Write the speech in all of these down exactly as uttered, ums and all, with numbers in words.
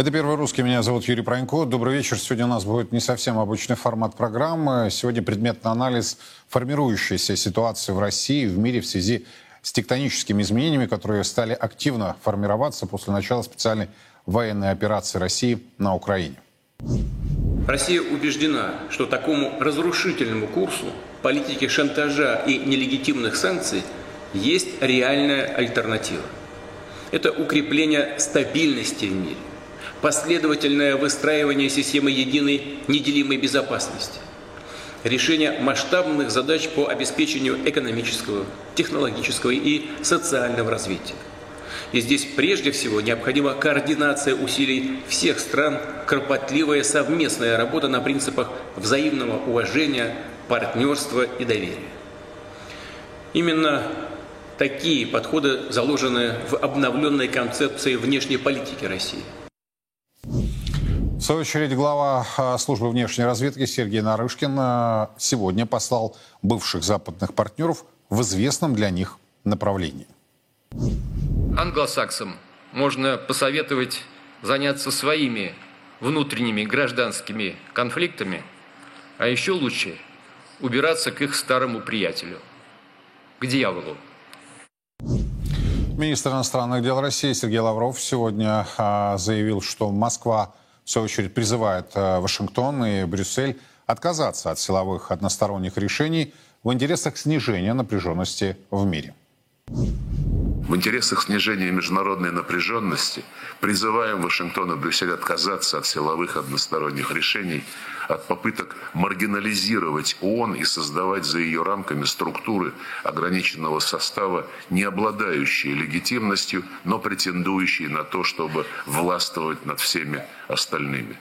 Это «Первый русский». Меня зовут Юрий Пронько. Добрый вечер. Сегодня у нас будет не совсем обычный формат программы. Сегодня предметный анализ формирующейся ситуации в России и в мире в связи с тектоническими изменениями, которые стали активно формироваться после начала специальной военной операции России на Украине. Россия убеждена, что такому разрушительному курсу политики шантажа и нелегитимных санкций есть реальная альтернатива. Это укрепление стабильности в мире, последовательное выстраивание системы единой неделимой безопасности, решение масштабных задач по обеспечению экономического, технологического и социального развития. И здесь прежде всего необходима координация усилий всех стран, кропотливая совместная работа на принципах взаимного уважения, партнерства и доверия. Именно такие подходы заложены в обновленной концепции внешней политики России. В свою очередь, глава службы внешней разведки Сергей Нарышкин сегодня послал бывших западных партнеров в известном для них направлении. Англосаксам можно посоветовать заняться своими внутренними гражданскими конфликтами, а еще лучше убираться к их старому приятелю, к дьяволу. Министр иностранных дел России Сергей Лавров сегодня а, заявил, что Москва, в свою очередь, призывает а, Вашингтон и Брюссель отказаться от силовых односторонних решений в интересах снижения напряженности в мире. В интересах снижения международной напряженности призываем Вашингтон и Брюссель отказаться от силовых односторонних решений, от попыток маргинализировать ООН и создавать за ее рамками структуры ограниченного состава, не обладающие легитимностью, но претендующие на то, чтобы властвовать над всеми остальными.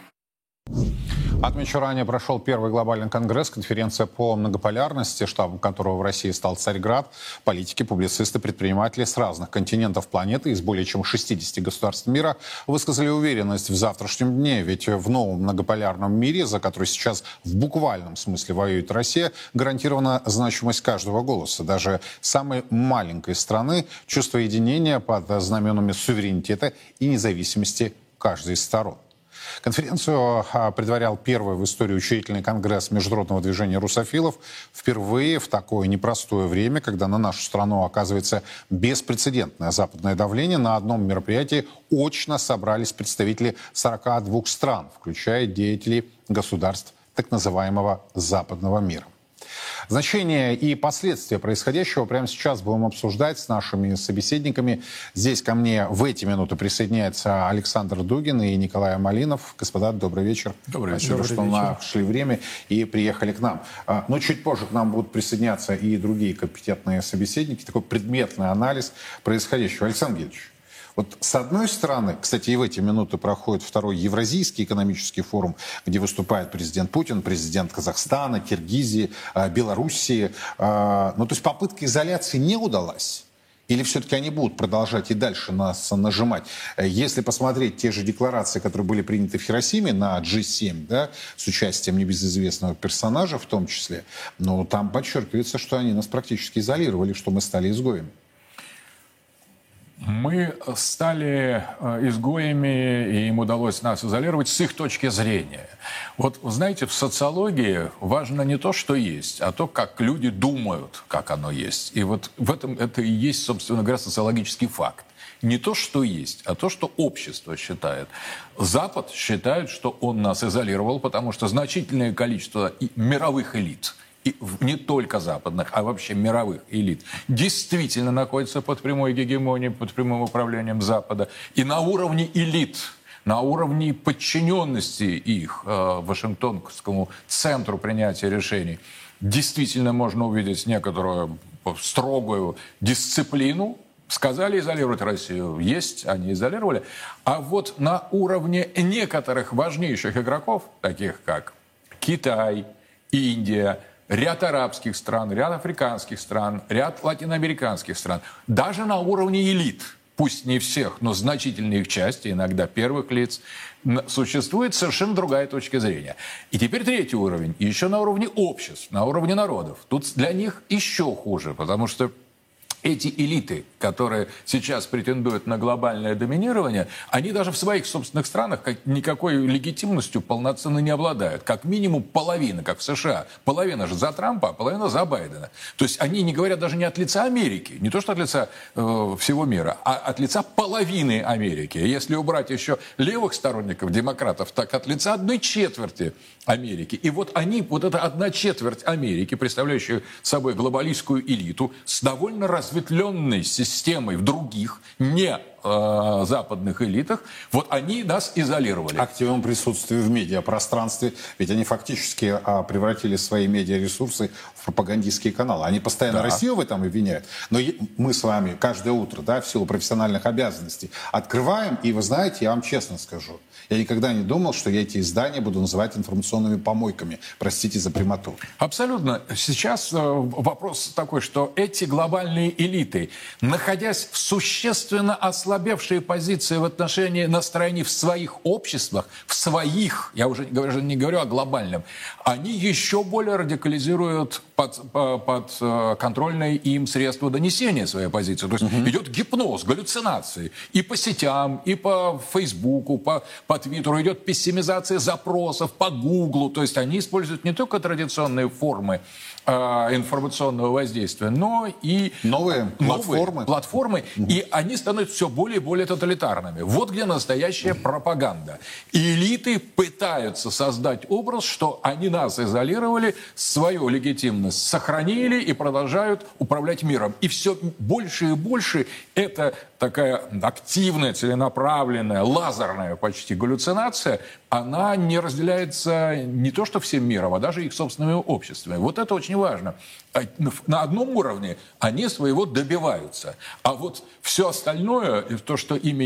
Отмечу, ранее прошел первый глобальный конгресс, конференция по многополярности, штабом которого в России стал Царьград. Политики, публицисты, предприниматели с разных континентов планеты из более чем шестидесяти государств мира высказали уверенность в завтрашнем дне. Ведь в новом многополярном мире, за который сейчас в буквальном смысле воюет Россия, гарантирована значимость каждого голоса. Даже самой маленькой страны чувство единения под знаменами суверенитета и независимости каждой из сторон. Конференцию предварял первый в истории учредительный конгресс международного движения русофилов. Впервые в такое непростое время, когда на нашу страну оказывается беспрецедентное западное давление, на одном мероприятии очно собрались представители сорока двух стран, включая деятелей государств так называемого западного мира. Значение и последствия происходящего прямо сейчас будем обсуждать с нашими собеседниками. Здесь ко мне в эти минуты присоединяются Александр Дугин и Николай Малинов. Господа, добрый вечер. Добрый вечер. Спасибо, что вечер. нашли время и приехали к нам. Но чуть позже к нам будут присоединяться и другие компетентные собеседники. Такой предметный анализ происходящего. Александр Георгиевич, вот с одной стороны, кстати, и в эти минуты проходит второй Евразийский экономический форум, где выступает президент Путин, президент Казахстана, Киргизии, Белоруссии. Ну, то есть попытка изоляции не удалась? Или все-таки они будут продолжать и дальше нас нажимать? Если посмотреть те же декларации, которые были приняты в Хиросиме на джи семь, да, с участием небезызвестного персонажа в том числе, ну, там подчеркивается, что они нас практически изолировали, что мы стали изгоями. Мы стали изгоями, и им удалось нас изолировать с их точки зрения. Вот, знаете, в социологии важно не то, что есть, а то, как люди думают, как оно есть. И вот в этом это и есть, собственно говоря, социологический факт. Не то, что есть, а то, что общество считает. Запад считает, что он нас изолировал, потому что значительное количество мировых элит, и не только западных, а вообще мировых элит, действительно находится под прямой гегемонией, под прямым управлением Запада. И на уровне элит, на уровне подчиненности их э, Вашингтонскому центру принятия решений, действительно можно увидеть некоторую строгую дисциплину. Сказали изолировать Россию. Есть, они изолировали. А вот на уровне некоторых важнейших игроков, таких как Китай, Индия, ряд арабских стран, ряд африканских стран, ряд латиноамериканских стран. Даже на уровне элит, пусть не всех, но значительной их части, иногда первых лиц, существует совершенно другая точка зрения. И теперь третий уровень, еще на уровне обществ, на уровне народов. Тут для них еще хуже, потому что эти элиты, которые сейчас претендуют на глобальное доминирование, они даже в своих собственных странах никакой легитимностью полноценно не обладают. Как минимум половина, как в США. Половина же за Трампа, а половина за Байдена. То есть они не говорят даже не от лица Америки, не то что от лица э, всего мира, а от лица половины Америки. Если убрать еще левых сторонников демократов, так от лица одной четверти Америки. И вот они, вот эта одна четверть Америки, представляющая собой глобалистскую элиту, с довольно разветвленной системой в других, не э, западных элитах, вот они нас изолировали. Активном присутствии в медиапространстве, ведь они фактически а, превратили свои медиаресурсы в пропагандистские каналы. Они постоянно да. Россию в этом обвиняют, но мы с вами каждое утро, да, в силу профессиональных обязанностей, открываем, и вы знаете, я вам честно скажу, я никогда не думал, что я эти издания буду называть информационными помойками. Простите за прямоту. Абсолютно. Сейчас э, вопрос такой, что эти глобальные элиты, находясь в существенно ослабевшей позиции в отношении настроений в своих обществах, в своих, я уже говорю, не говорю о глобальном, они еще более радикализируют под, под контрольные им средства донесения своей позиции. То есть угу. идет гипноз, галлюцинации. И по сетям, и по Фейсбуку, по, по Твиттеру идет пессимизация запросов, по Гуглу. То есть они используют не только традиционные формы э, информационного воздействия, но и новые, новые платформы. платформы угу. И они становятся все более и более тоталитарными. Вот где настоящая угу. пропаганда. И элиты пытаются создать образ, что они нас изолировали, свою легитимность сохранили и продолжают управлять миром. И все больше и больше это такая активная, целенаправленная, лазерная почти галлюцинация, она не разделяется не то что всем миром, а даже их собственными обществами. Вот это очень важно. На одном уровне они своего добиваются. А вот все остальное, то, что ими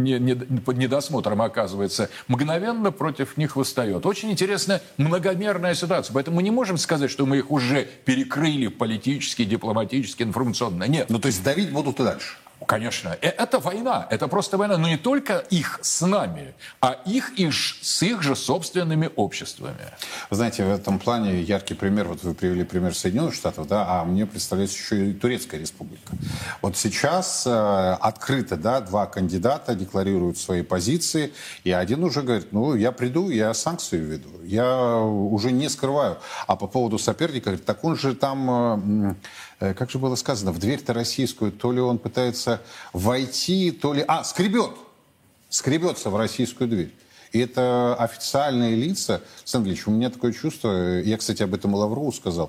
под недосмотром оказывается, мгновенно против них восстает. Очень интересная многомерная ситуация. Поэтому мы не можем сказать, что мы их уже перекрыли политически, дипломатически, информационно. Нет. Ну, то есть давить будут и дальше. Конечно. Это война. Это просто война. Но не только их с нами, а их и с их же собственными обществами. Вы знаете, в этом плане яркий пример, вот вы привели пример Соединенных Штатов, да, а мне представляется еще и Турецкая Республика. Вот сейчас э, открыто, да, два кандидата декларируют свои позиции, и один уже говорит, ну, я приду, я санкции введу, я уже не скрываю. А по поводу соперника, говорит, так он же там... Э, как же было сказано, в дверь-то российскую, то ли он пытается войти, то ли... А, скребет! Скребется в российскую дверь. И это официальные лица. Александр Ильич, у меня такое чувство, я, кстати, об этом и Лаврову сказал,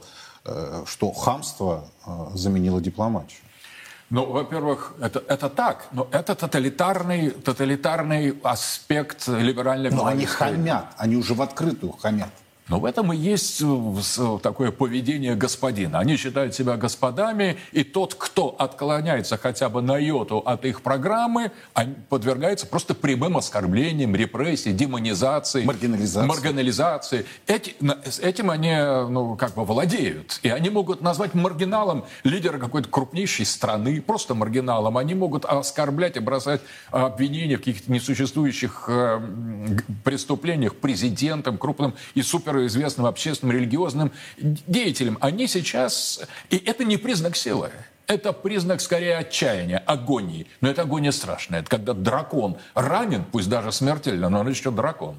что хамство заменило дипломатию. Ну, во-первых, это, это так, но это тоталитарный, тоталитарный аспект либеральной Но они хамят, они уже в открытую хамят. Но в этом и есть такое поведение господина. Они считают себя господами, и тот, кто отклоняется хотя бы на йоту от их программы, подвергается просто прямым оскорблениям, репрессии, демонизации, маргинализации. маргинализации. Эти, этим они, ну, как бы владеют. И они могут назвать маргиналом лидера какой-то крупнейшей страны, просто маргиналом. Они могут оскорблять и бросать обвинения в каких-то несуществующих э, преступлениях президентам, крупным и супер известным общественным, религиозным деятелям. Они сейчас... И это не признак силы. Это признак, скорее, отчаяния, агонии. Но это агония страшная. Это когда дракон ранен, пусть даже смертельно, но он еще дракон.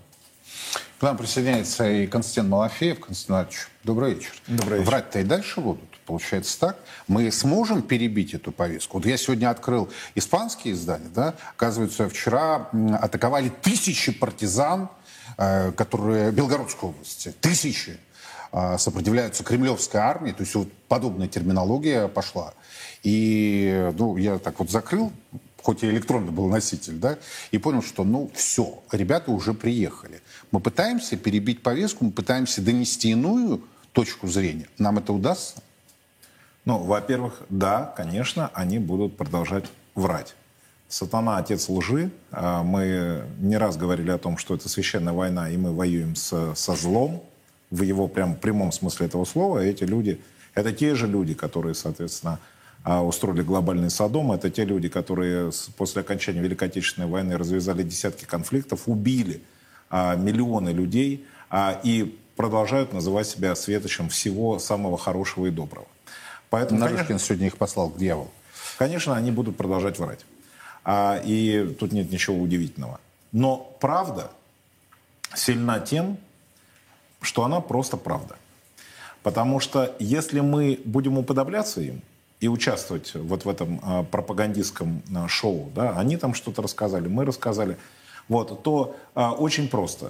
К нам присоединяется и Константин Малафеев. Константин Иванович, добрый вечер. Добрый вечер. Врать-то и дальше будут. Получается так. Мы сможем перебить эту повестку? Вот я сегодня открыл испанские издания. Да? Оказывается, вчера атаковали тысячи партизан, которые в Белгородской области, тысячи сопротивляются кремлевской армии, то есть вот подобная терминология пошла. И ну, я так вот закрыл, хоть и электронный был носитель, да, и понял, что ну все, ребята уже приехали. Мы пытаемся перебить повестку, мы пытаемся донести иную точку зрения. Нам это удастся? Ну, во-первых, да, конечно, они будут продолжать врать. Сатана – отец лжи. Мы не раз говорили о том, что это священная война, и мы воюем с, со злом, в его прям прямом смысле этого слова. Эти люди – это те же люди, которые, соответственно, устроили глобальный Содом. Это те люди, которые после окончания Великой Отечественной войны развязали десятки конфликтов, убили миллионы людей и продолжают называть себя светочем всего самого хорошего и доброго. Поэтому, Нарышкин конечно... сегодня их послал к дьяволу. конечно, они будут продолжать врать. А, и тут нет ничего удивительного. Но правда сильна тем, что она просто правда. Потому что если мы будем уподобляться им и участвовать вот в этом а, пропагандистском а, шоу, да, они там что-то рассказали, мы рассказали, вот, то а, очень просто.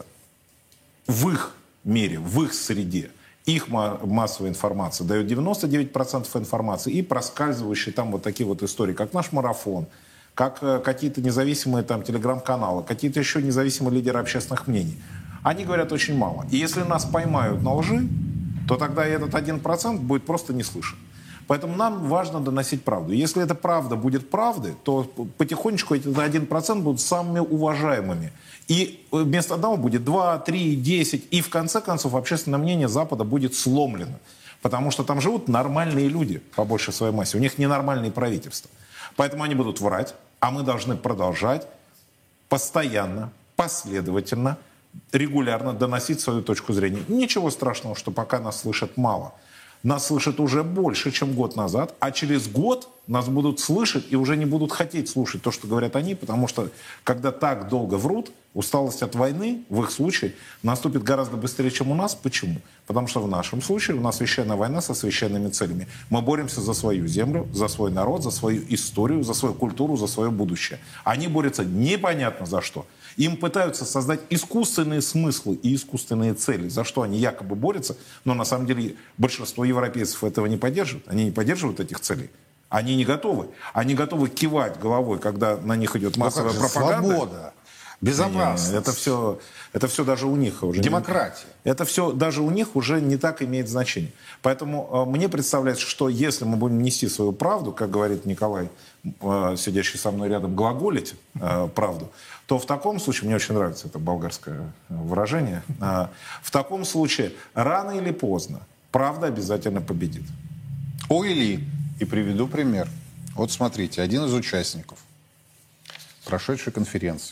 В их мире, в их среде, их массовая информация дает девяносто девять процентов информации и проскальзывающие там вот такие вот истории, как наш марафон, как э, какие-то независимые там телеграм-каналы, какие-то еще независимые лидеры общественных мнений. Они говорят очень мало. И если нас поймают на лжи, то тогда и этот один процент будет просто не слышен. Поэтому нам важно доносить правду. Если эта правда будет правдой, то потихонечку эти один процент будут самыми уважаемыми. И вместо одного будет два, три, десять. И в конце концов общественное мнение Запада будет сломлено. Потому что там живут нормальные люди по большей своей массе. У них ненормальные правительства. Поэтому они будут врать. А мы должны продолжать постоянно, последовательно, регулярно доносить свою точку зрения. Ничего страшного, что пока нас слышат мало. Нас слышат уже больше, чем год назад, а через год нас будут слышать и уже не будут хотеть слушать то, что говорят они, потому что, когда так долго врут, усталость от войны, в их случае, наступит гораздо быстрее, чем у нас. Почему? Потому что в нашем случае у нас священная война со священными целями. Мы боремся за свою землю, за свой народ, за свою историю, за свою культуру, за свое будущее. Они борются непонятно за что. Им пытаются создать искусственные смыслы и искусственные цели, за что они якобы борются, но на самом деле большинство европейцев этого не поддерживают. Они не поддерживают этих целей. Они не готовы. Они готовы кивать головой, когда на них идет массовая ну, пропаганда. Свобода, безопасность. Это все, это все даже у них уже... Демократия. Не, это все даже у них уже не так имеет значение. Поэтому э, мне представляется, что если мы будем нести свою правду, как говорит Николай, э, сидящий со мной рядом, глаголить э, правду, то в таком случае, мне очень нравится это болгарское выражение, э, в таком случае рано или поздно правда обязательно победит. Ой ли. И приведу пример. Вот смотрите, один из участников прошедшей конференции,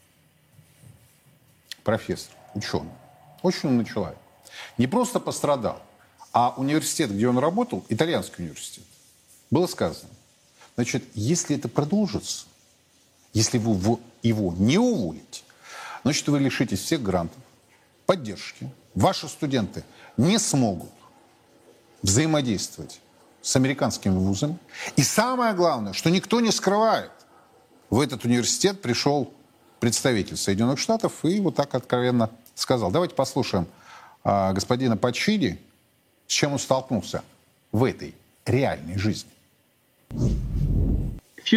профессор, ученый, очень умный человек, не просто пострадал, а университет, где он работал, итальянский университет, было сказано, значит, если это продолжится, если вы его не уволите, значит, вы лишитесь всех грантов, поддержки, ваши студенты не смогут взаимодействовать с американскими вузами. И самое главное, что никто не скрывает, в этот университет пришел представитель Соединенных Штатов и вот так откровенно сказал. Давайте послушаем а, господина Пачини, с чем он столкнулся в этой реальной жизни. В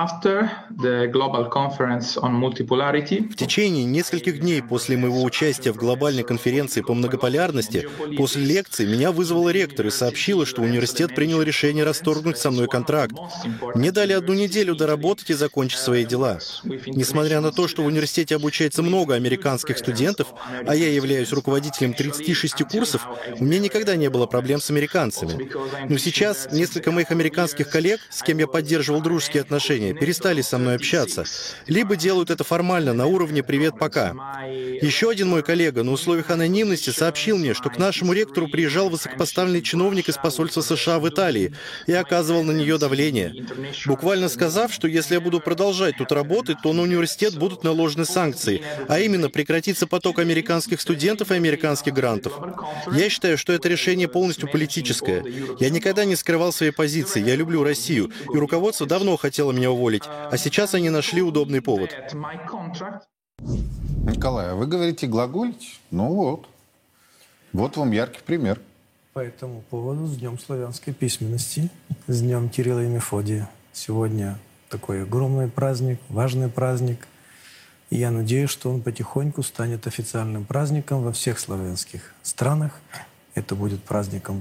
течение нескольких дней после моего участия в глобальной конференции по многополярности, после лекции меня вызвал ректор и сообщила, что университет принял решение расторгнуть со мной контракт. Мне дали одну неделю доработать и закончить свои дела. Несмотря на то, что в университете обучается много американских студентов, а я являюсь руководителем тридцати шести курсов, у меня никогда не было проблем с американцами. Но сейчас несколько моих американских коллег, с кем я поддерживал дружеские отношения, перестали со мной общаться. Либо делают это формально, на уровне «привет, пока». Еще один мой коллега на условиях анонимности сообщил мне, что к нашему ректору приезжал высокопоставленный чиновник из посольства США в Италии и оказывал на нее давление. Буквально сказав, что если я буду продолжать тут работать, то на университет будут наложены санкции, а именно прекратится поток американских студентов и американских грантов. Я считаю, что это решение полностью политическое. Я никогда не скрывал своей позиции, я люблю Россию, и руководство давно хотело меня уволить, а сейчас они нашли удобный повод. Николай, а вы говорите глаголить? Ну вот. Вот вам яркий пример. По этому поводу с Днем славянской письменности, с Днем Кирилла и Мефодия. Сегодня такой огромный праздник, важный праздник. И я надеюсь, что он потихоньку станет официальным праздником во всех славянских странах. Это будет праздником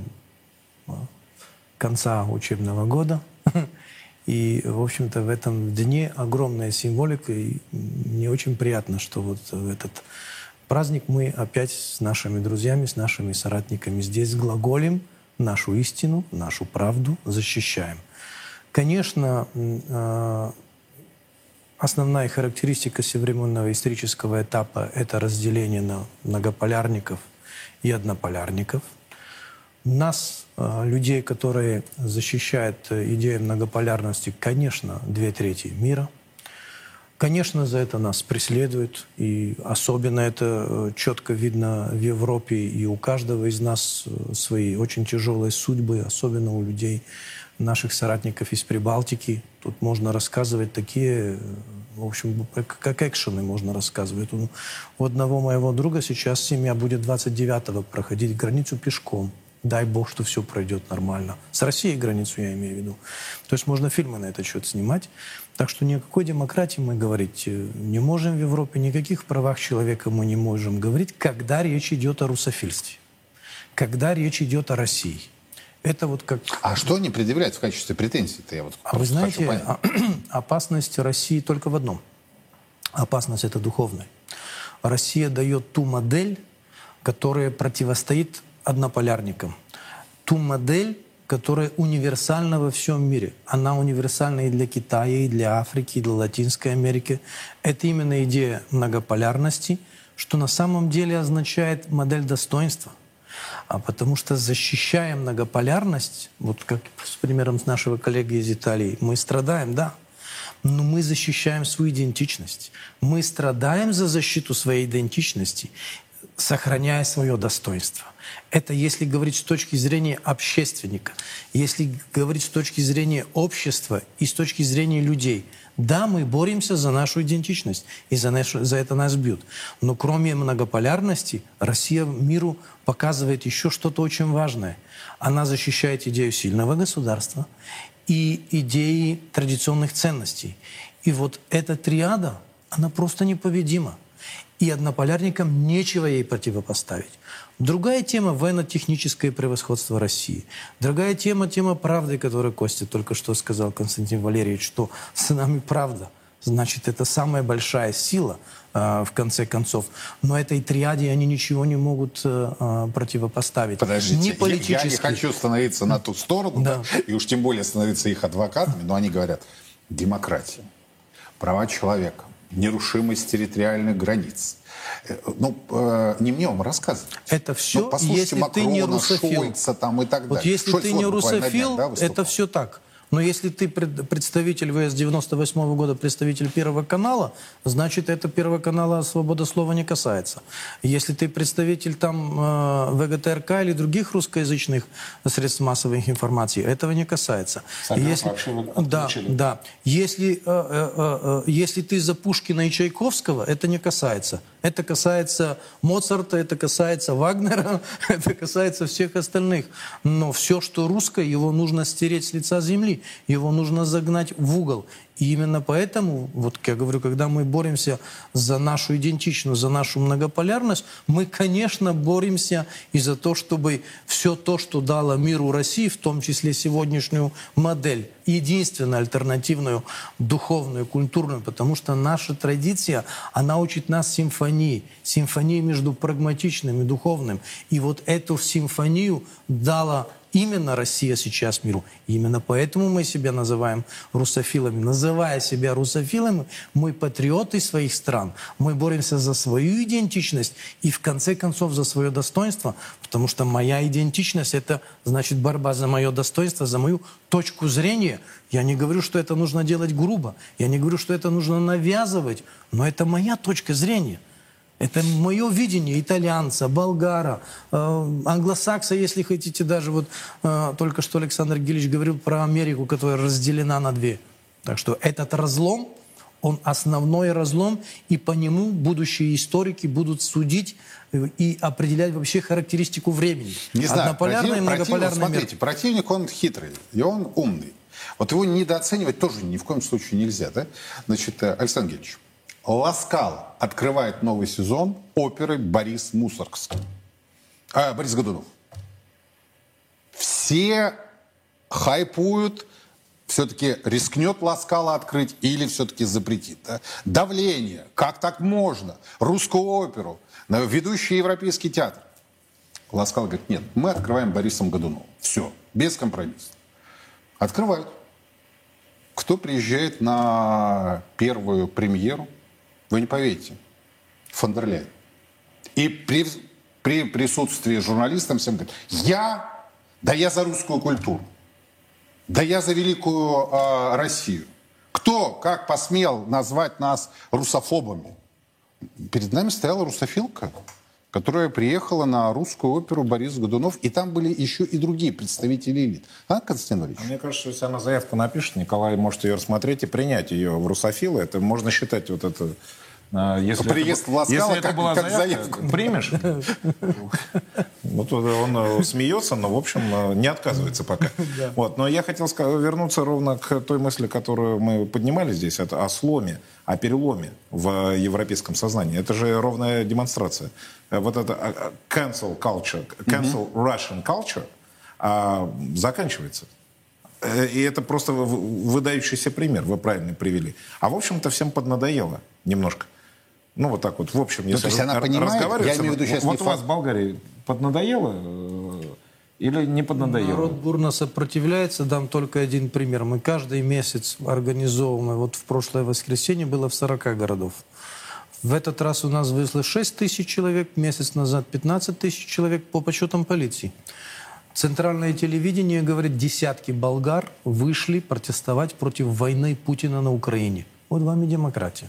конца учебного года. И, в общем-то, в этом дне огромная символика. И мне очень приятно, что вот в этот праздник мы опять с нашими друзьями, с нашими соратниками здесь глаголим нашу истину, нашу правду защищаем. Конечно, основная характеристика современного исторического этапа — это разделение на многополярников и однополярников. Нас, людей, которые защищают идею многополярности, конечно, две трети мира. Конечно, за это нас преследуют, и особенно это четко видно в Европе, и у каждого из нас свои очень тяжелые судьбы, особенно у людей, наших соратников из Прибалтики. Тут можно рассказывать такие, в общем, как экшены можно рассказывать. У одного моего друга сейчас семья будет двадцать девятого проходить границу пешком. Дай бог, что все пройдет нормально. С Россией границу я имею в виду. То есть можно фильмы на этот счет снимать. Так что ни о какой демократии мы говорить не можем в Европе, никаких правах человека мы не можем говорить, когда речь идет о русофильстве, когда речь идет о России. Это вот как... А что они предъявляют в качестве претензий-то? Я вот а вы знаете, опасность России только в одном. Опасность это духовная. Россия дает ту модель, которая противостоит однополярникам. Ту модель, которая универсальна во всем мире. Она универсальна и для Китая, и для Африки, и для Латинской Америки. Это именно идея многополярности, что на самом деле означает модель достоинства. А потому что, защищая многополярность, вот как с примером с нашего коллеги из Италии, мы страдаем, да, но мы защищаем свою идентичность. Мы страдаем за защиту своей идентичности, сохраняя свое достоинство. Это если говорить с точки зрения общественника, если говорить с точки зрения общества и с точки зрения людей. Да, мы боремся за нашу идентичность, и за, нашу, за это нас бьют. Но кроме многополярности, Россия миру показывает еще что-то очень важное. Она защищает идею сильного государства и идеи традиционных ценностей. И вот эта триада, она просто непобедима. И однополярникам нечего ей противопоставить. Другая тема – военно-техническое превосходство России. Другая тема – тема правды, которую Костя только что сказал, Константин Валерьевич, что с нами правда. Значит, это самая большая сила, э, в конце концов. Но этой триаде они ничего не могут э, противопоставить. Подождите, не политически. Я, я не хочу становиться на ту сторону, да. Да, и уж тем более становиться их адвокатами, но они говорят, демократия, права человека, нерушимость территориальных границ. Ну, э, не мне вам рассказывать. Это все, ну, если Макрона, ты не русофил. Шольца, там, и так вот далее. если Шольц ты не вот русофил, днях, да, это все так. Но если ты представитель вэ эс девяносто восьмого года, представитель Первого канала, значит, это Первого канала свобода слова не касается. Если ты представитель там вэ гэ тэ эр ка или других русскоязычных средств массовой информации, этого не касается. Если, да, да. Если, э, э, э, если ты за Пушкина и Чайковского, это не касается. Это касается Моцарта, это касается Вагнера, это касается всех остальных. Но все, что русское, его нужно стереть с лица земли. Его нужно загнать в угол. И именно поэтому, вот я говорю, когда мы боремся за нашу идентичность, за нашу многополярность, мы, конечно, боремся и за то, чтобы все то, что дало миру России, в том числе сегодняшнюю модель, единственную альтернативную, духовную, культурную, потому что наша традиция, она учит нас симфонии, симфонии между прагматичным и духовным. И вот эту симфонию дала именно Россия сейчас миру. И именно поэтому мы себя называем русофилами. Называя себя русофилами, мы патриоты своих стран. Мы боремся за свою идентичность и, в конце концов, за свое достоинство. Потому что моя идентичность – это, значит, борьба за мое достоинство, за мою точку зрения. Я не говорю, что это нужно делать грубо. Я не говорю, что это нужно навязывать. Но это моя точка зрения. Это мое видение итальянца, болгара, э, англосакса, если хотите, даже вот э, только что Александр Гильевич говорил про Америку, которая разделена на две. Так что этот разлом, он основной разлом, и по нему будущие историки будут судить и определять вообще характеристику времени. Не знаю, однополярный и многополярный мир. Смотрите, противник, он хитрый, и он умный. Вот его недооценивать тоже ни в коем случае нельзя, да? Значит, Александр Гильевич, «Ласкал» открывает новый сезон оперы «Борис Мусоргский». А, Борис Годунов. Все хайпуют, все-таки рискнет «Ласкала» открыть или все-таки запретит. Да? Давление. Как так можно? Русскую оперу, ведущий европейский театр. «Ласкал» говорит, нет, мы открываем Борисом Годуновым. Все, без компромиссов. Открывают. Кто приезжает на первую премьеру? Вы не поверите. Фон дер Ляйен. И при, при присутствии журналистов всем говорит, я Да я за русскую культуру. Да я за великую э, Россию. Кто, как посмел назвать нас русофобами? Перед нами стояла русофилка, которая приехала на русскую оперу Борис Годунов, и там были еще и другие представители элит. А, Константин Валерьевич? Мне кажется, если она заявку напишет, Николай может ее рассмотреть и принять ее в русофилы. Это можно считать вот это... Если Приезд это, в Ласкало, если как, это была как заявка, заявка. Примешь? Ну, то он смеется, но, в общем, не отказывается пока. Вот. Но я хотел вернуться ровно к той мысли, которую мы поднимали здесь, это о сломе, о переломе в европейском сознании. Это же ровная демонстрация. Вот это cancel culture, cancel Russian culture заканчивается. И это просто выдающийся пример, вы правильно привели. А, в общем-то, всем поднадоело немножко. Ну, вот так вот, в общем, если ну, она понимает, я имею в виду сейчас вот у вас в Болгарии поднадоело или не поднадоело? Народ бурно сопротивляется. Дам только один пример. Мы каждый месяц организовываем, вот в прошлое воскресенье было в сорока городов. В этот раз у нас вышло шесть тысяч человек, месяц назад пятнадцать тысяч человек по подсчетам полиции. Центральное телевидение говорит, десятки болгар вышли протестовать против войны Путина на Украине. Вот вам и демократия.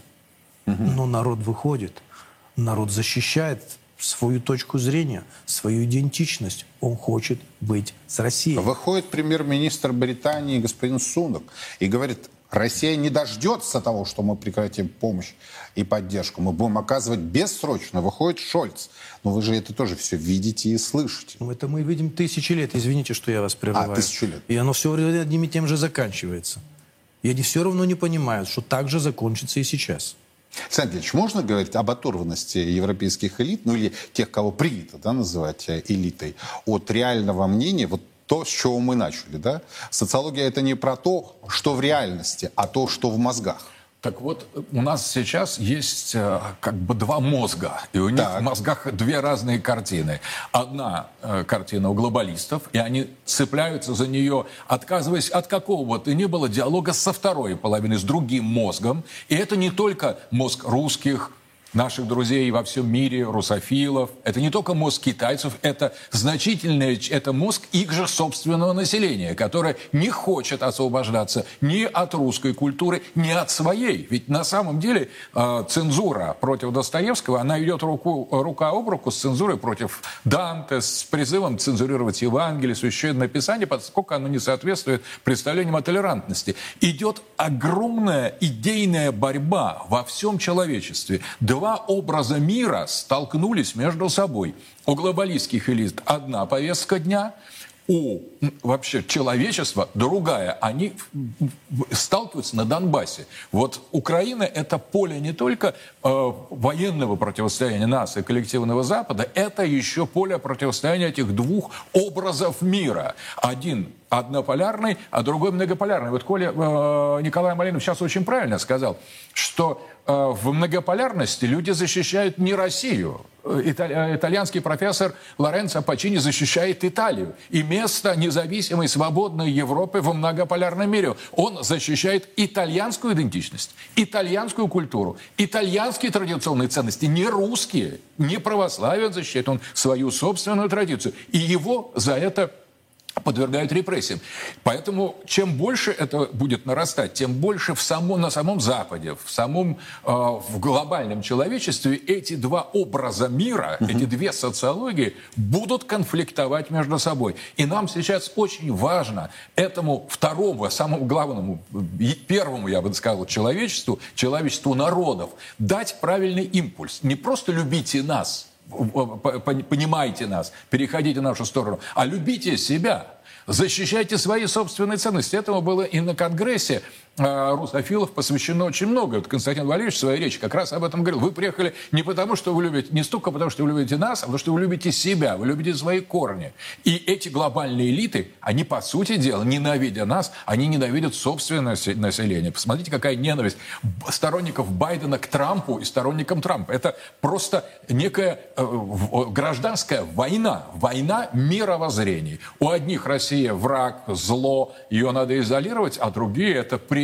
Но народ выходит, народ защищает свою точку зрения, свою идентичность. Он хочет быть с Россией. Выходит премьер-министр Британии господин Сунак и говорит, Россия не дождется того, что мы прекратим помощь и поддержку. Мы будем оказывать бессрочно. Выходит Шольц. Но вы же это тоже все видите и слышите. Ну, это мы видим тысячи лет. Извините, что я вас прерываю. А, тысячи лет. И оно все одним и тем же заканчивается. И они все равно не понимают, что так же закончится и сейчас. Александр Ильич, можно говорить об оторванности европейских элит, ну или тех, кого принято да, называть элитой, от реального мнения, вот то, с чего мы начали, да? Социология — это не про то, что в реальности, а то, что в мозгах. Так вот, у нас сейчас есть э, как бы два мозга, и у них так. в мозгах две разные картины. Одна э, картина у глобалистов, и они цепляются за нее, отказываясь от какого бы то ни было диалога со второй половиной, с другим мозгом. И это не только мозг русских, наших друзей во всем мире, русофилов. Это не только мозг китайцев, это значительный, это мозг их же собственного населения, которое не хочет освобождаться ни от русской культуры, ни от своей. Ведь на самом деле э, цензура против Достоевского, она идет руку, рука об руку с цензурой против Данте, с призывом цензурировать Евангелие, Священное Писание, поскольку оно не соответствует представлениям о толерантности. Идет огромная идейная борьба во всем человечестве. Два образа мира столкнулись между собой. У глобалистских элит одна повестка дня, у вообще человечества другая. Они сталкиваются на Донбассе. Вот Украина — это поле не только э, военного противостояния нас и коллективного Запада, это еще поле противостояния этих двух образов мира. Один однополярный, а другой многополярный. Вот Коля, э, Николай Малинов сейчас очень правильно сказал, что э, в многополярности люди защищают не Россию. Италь, итальянский профессор Лоренцо Пачини защищает Италию. И место независимой, свободной Европы в многополярном мире. Он защищает итальянскую идентичность, итальянскую культуру, итальянские традиционные ценности, не русские, не православие он защищает, он свою собственную традицию. И его за это подвергают репрессиям. Поэтому чем больше это будет нарастать, тем больше в самом, на самом Западе, в самом э, в глобальном человечестве эти два образа мира, uh-huh. эти две социологии будут конфликтовать между собой. И нам сейчас очень важно этому второму, самому главному, первому, я бы сказал, человечеству, человечеству народов, дать правильный импульс. Не просто любите нас, понимайте нас, переходите в нашу сторону, а любите себя, защищайте свои собственные ценности. Этому было и на Конгрессе э, русофилов посвящено очень много. Вот Константин Валерьевич в своей речи как раз об этом говорил. Вы приехали не потому, что вы любите, не столько потому, что вы любите нас, а потому, что вы любите себя, вы любите свои корни. И эти глобальные элиты, они, по сути дела, ненавидя нас, они ненавидят собственное население. Посмотрите, какая ненависть сторонников Байдена к Трампу и сторонникам Трампа. Это просто некая э, гражданская война, война мировоззрений. У одних Россия враг, зло, ее надо изолировать, а другие — это пример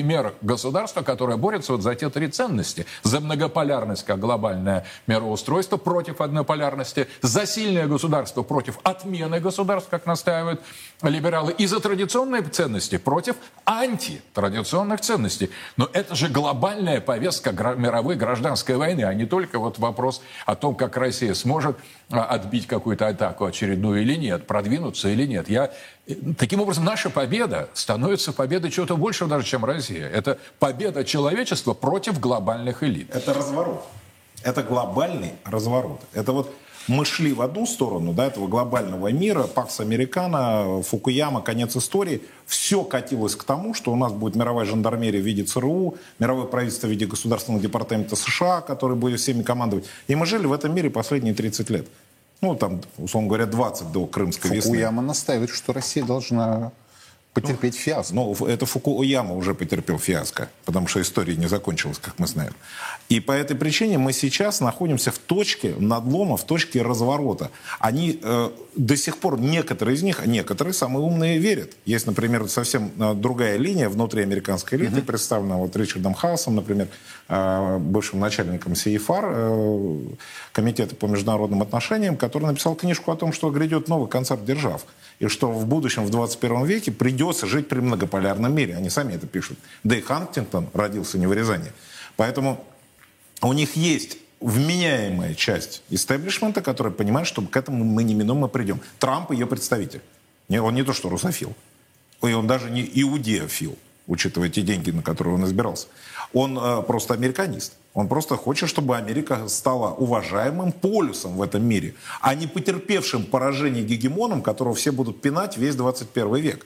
пример государства, которое борется вот за те три ценности. За многополярность как глобальное мироустройство против однополярности, за сильное государство против отмены государств, как настаивают либералы, и за традиционные ценности против антитрадиционных ценностей. Но это же глобальная повестка мировой гражданской войны, а не только вот вопрос о том, как Россия сможет отбить какую-то атаку очередную или нет, продвинуться или нет. Я... Таким образом, наша победа становится победой чего-то большего даже, чем Россия. Это победа человечества против глобальных элит. Это разворот. Это глобальный разворот. Это вот мы шли в одну сторону, да, этого глобального мира, Пакс Американо, Фукуяма, конец истории. Все катилось к тому, что у нас будет мировая жандармерия в виде ЦРУ, мировое правительство в виде Государственного департамента США, который будет всеми командовать. И мы жили в этом мире последние тридцать лет. Ну, там, условно говоря, двадцать до Крымской весны. Фукуяма настаивает, что Россия должна потерпеть фиаско. Ну, это Фукуяма уже потерпел фиаско, потому что история не закончилась, как мы знаем. И по этой причине мы сейчас находимся в точке надлома, в точке разворота. Они э, до сих пор, некоторые из них, а некоторые самые умные верят. Есть, например, совсем другая линия внутри американской элиты, mm-hmm. представленная вот Ричардом Хаасом, например, э, бывшим начальником си эф ар, э, Комитета по международным отношениям, который написал книжку о том, что грядет новый концерт держав. И что в будущем, в двадцать первом веке, придется жить при многополярном мире. Они сами это пишут. Дэй Хантингтон родился не в Рязани. Поэтому у них есть вменяемая часть истеблишмента, которая понимает, что к этому мы неминуемо придем. Трамп ее представитель. Он не то что русофил. И он даже не иудеофил, учитывая те деньги, на которые он избирался. Он э, просто американист. Он просто хочет, чтобы Америка стала уважаемым полюсом в этом мире, а не потерпевшим поражение гегемоном, которого все будут пинать весь двадцать первый век.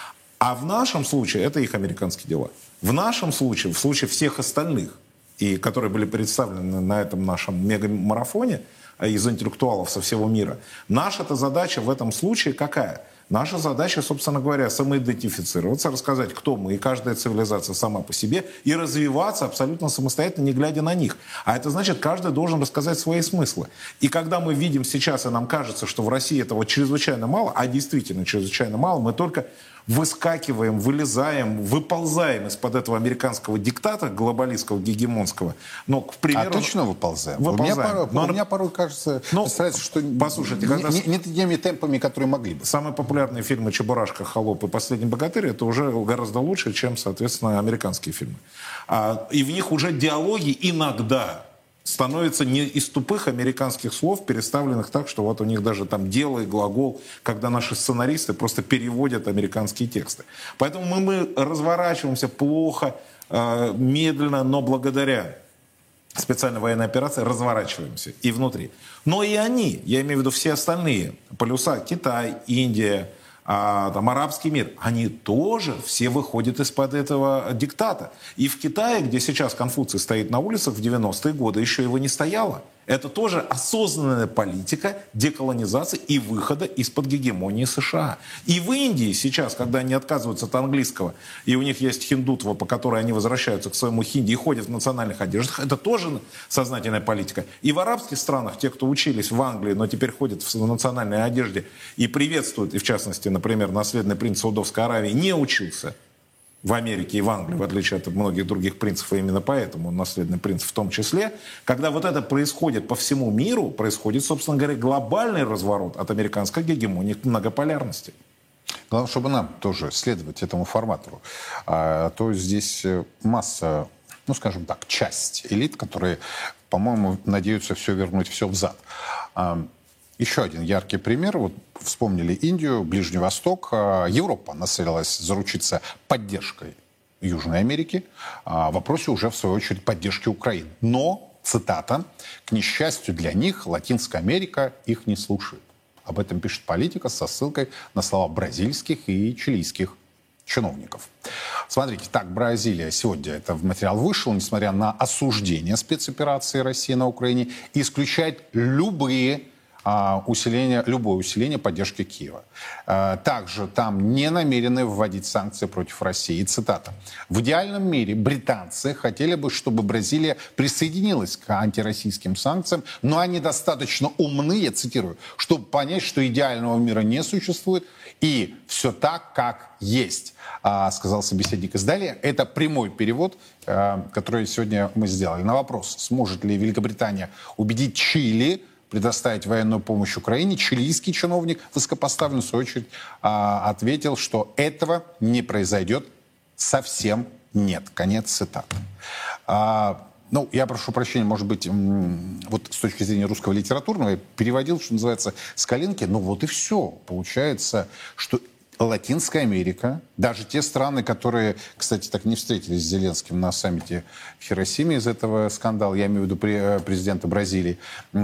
А в нашем случае, это их американские дела, в нашем случае, в случае всех остальных, и которые были представлены на этом нашем мегамарафоне из интеллектуалов со всего мира, наша-то задача в этом случае какая? Наша задача, собственно говоря, самоидентифицироваться, рассказать, кто мы, и каждая цивилизация сама по себе, и развиваться абсолютно самостоятельно, не глядя на них. А это значит, каждый должен рассказать свои смыслы. И когда мы видим сейчас, и нам кажется, что в России этого чрезвычайно мало, а действительно чрезвычайно мало, мы только выскакиваем, вылезаем, выползаем из-под этого американского диктата, глобалистского, гегемонского. Но, к примеру, а точно выползаем? выползаем. У меня, порой, Но, у меня порой кажется, ну, что послушайте, не, не, не теми темпами, которые могли бы. Самые популярные фильмы «Чебурашка», «Холоп» и «Последний богатырь» — это уже гораздо лучше, чем, соответственно, американские фильмы. А, и в них уже диалоги иногда становятся не из тупых американских слов, переставленных так, что вот у них даже там дело и глагол, когда наши сценаристы просто переводят американские тексты. Поэтому мы, мы разворачиваемся плохо, э, медленно, но благодаря специальной военной операции разворачиваемся и внутри. Но и они, я имею в виду все остальные полюса, Китай, Индия, а, там, арабский мир, они тоже все выходят из-под этого диктата. И в Китае, где сейчас Конфуций стоит на улицах, в девяностые годы еще его не стояло. Это тоже осознанная политика деколонизации и выхода из-под гегемонии США. И в Индии сейчас, когда они отказываются от английского, и у них есть хиндутва, по которой они возвращаются к своему хинди и ходят в национальных одеждах, это тоже сознательная политика. И в арабских странах, те, кто учились в Англии, но теперь ходят в национальной одежде и приветствуют, и в частности, например, наследный принц Саудовской Аравии не учился в Америке и в Англии, в отличие от многих других принцев, и именно поэтому он наследный принц в том числе. Когда вот это происходит по всему миру, происходит, собственно говоря, глобальный разворот от американской гегемонии к многополярности. Главное, чтобы нам тоже следовать этому форматору. А то здесь масса, ну, скажем так, часть элит, которые, по-моему, надеются все вернуть, все взад. Еще один яркий пример. Вот вспомнили Индию, Ближний Восток. Европа нацелилась заручиться поддержкой Южной Америки. В вопросе уже, в свою очередь, поддержки Украины. Но, цитата, «к несчастью для них, Латинская Америка их не слушает». Об этом пишет Политика со ссылкой на слова бразильских и чилийских чиновников. Смотрите, так, Бразилия сегодня, это в материал вышел, несмотря на осуждение спецоперации России на Украине, исключает любые усиление, любое усиление поддержки Киева. Также там не намерены вводить санкции против России. Цитата. «В идеальном мире британцы хотели бы, чтобы Бразилия присоединилась к антироссийским санкциям, но они достаточно умны, я цитирую, чтобы понять, что идеального мира не существует, и все так, как есть». сказал собеседник издания. Это прямой перевод, который сегодня мы сделали. На вопрос, сможет ли Великобритания убедить Чили предоставить военную помощь Украине, чилийский чиновник, высокопоставленный, в свою очередь, ответил, что этого не произойдет, совсем нет. Конец цитаты. Ну, я прошу прощения, может быть, вот с точки зрения русского литературного, я переводил, что называется, с коленки, ну вот и все. Получается, что Латинская Америка, даже те страны, которые, кстати, так не встретились с Зеленским на саммите в Хиросиме из этого скандала, я имею в виду президента Бразилии,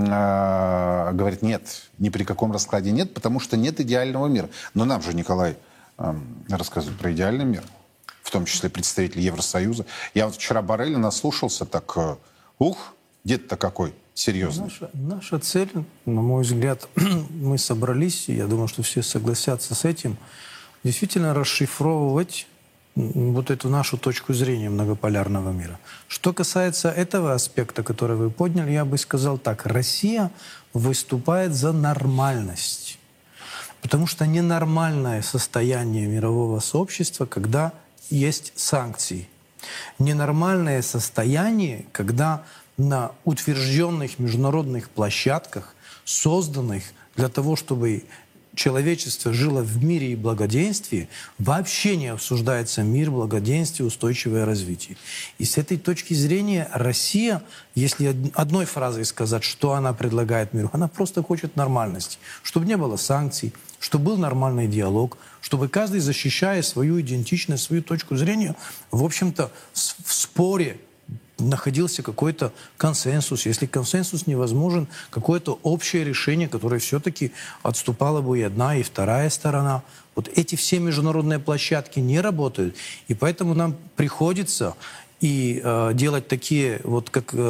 э, говорит, нет, ни при каком раскладе нет, потому что нет идеального мира. Но нам же Николай э, рассказывает про идеальный мир, в том числе представители Евросоюза. Я вот вчера Борреля наслушался, так, э, ух, дед-то какой серьезный. Наша, наша цель, на мой взгляд, мы собрались, и я думаю, что все согласятся с этим, действительно расшифровывать вот эту нашу точку зрения многополярного мира. Что касается этого аспекта, который вы подняли, я бы сказал так. Россия выступает за нормальность. Потому что ненормальное состояние мирового сообщества, когда есть санкции. Ненормальное состояние, когда на утвержденных международных площадках, созданных для того, чтобы человечество жило в мире и благоденствии, вообще не обсуждается мир, благоденствие, устойчивое развитие. И с этой точки зрения Россия, если одной фразой сказать, что она предлагает миру, она просто хочет нормальности, чтобы не было санкций, чтобы был нормальный диалог, чтобы каждый, защищая свою идентичность, свою точку зрения, в общем-то, в споре находился какой-то консенсус. Если консенсус невозможен, какое-то общее решение, которое все-таки отступала бы и одна, и вторая сторона. Вот эти все международные площадки не работают. И поэтому нам приходится и э, делать такие, вот как э,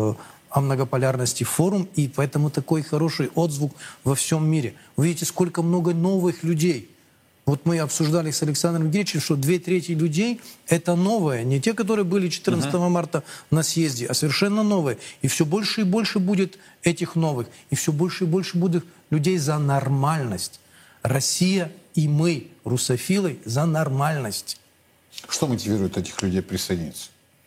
о многополярности форум, и поэтому такой хороший отзвук во всем мире. Вы видите, сколько много новых людей. Вот мы обсуждали с Александром Григорьевичем, что две трети людей – это новые. Не те, которые были четырнадцатого марта на съезде, а совершенно новые. И все больше и больше будет этих новых. И все больше и больше будет людей за нормальность. Россия и мы, русофилы, за нормальность. Что мотивирует этих людей присоединиться?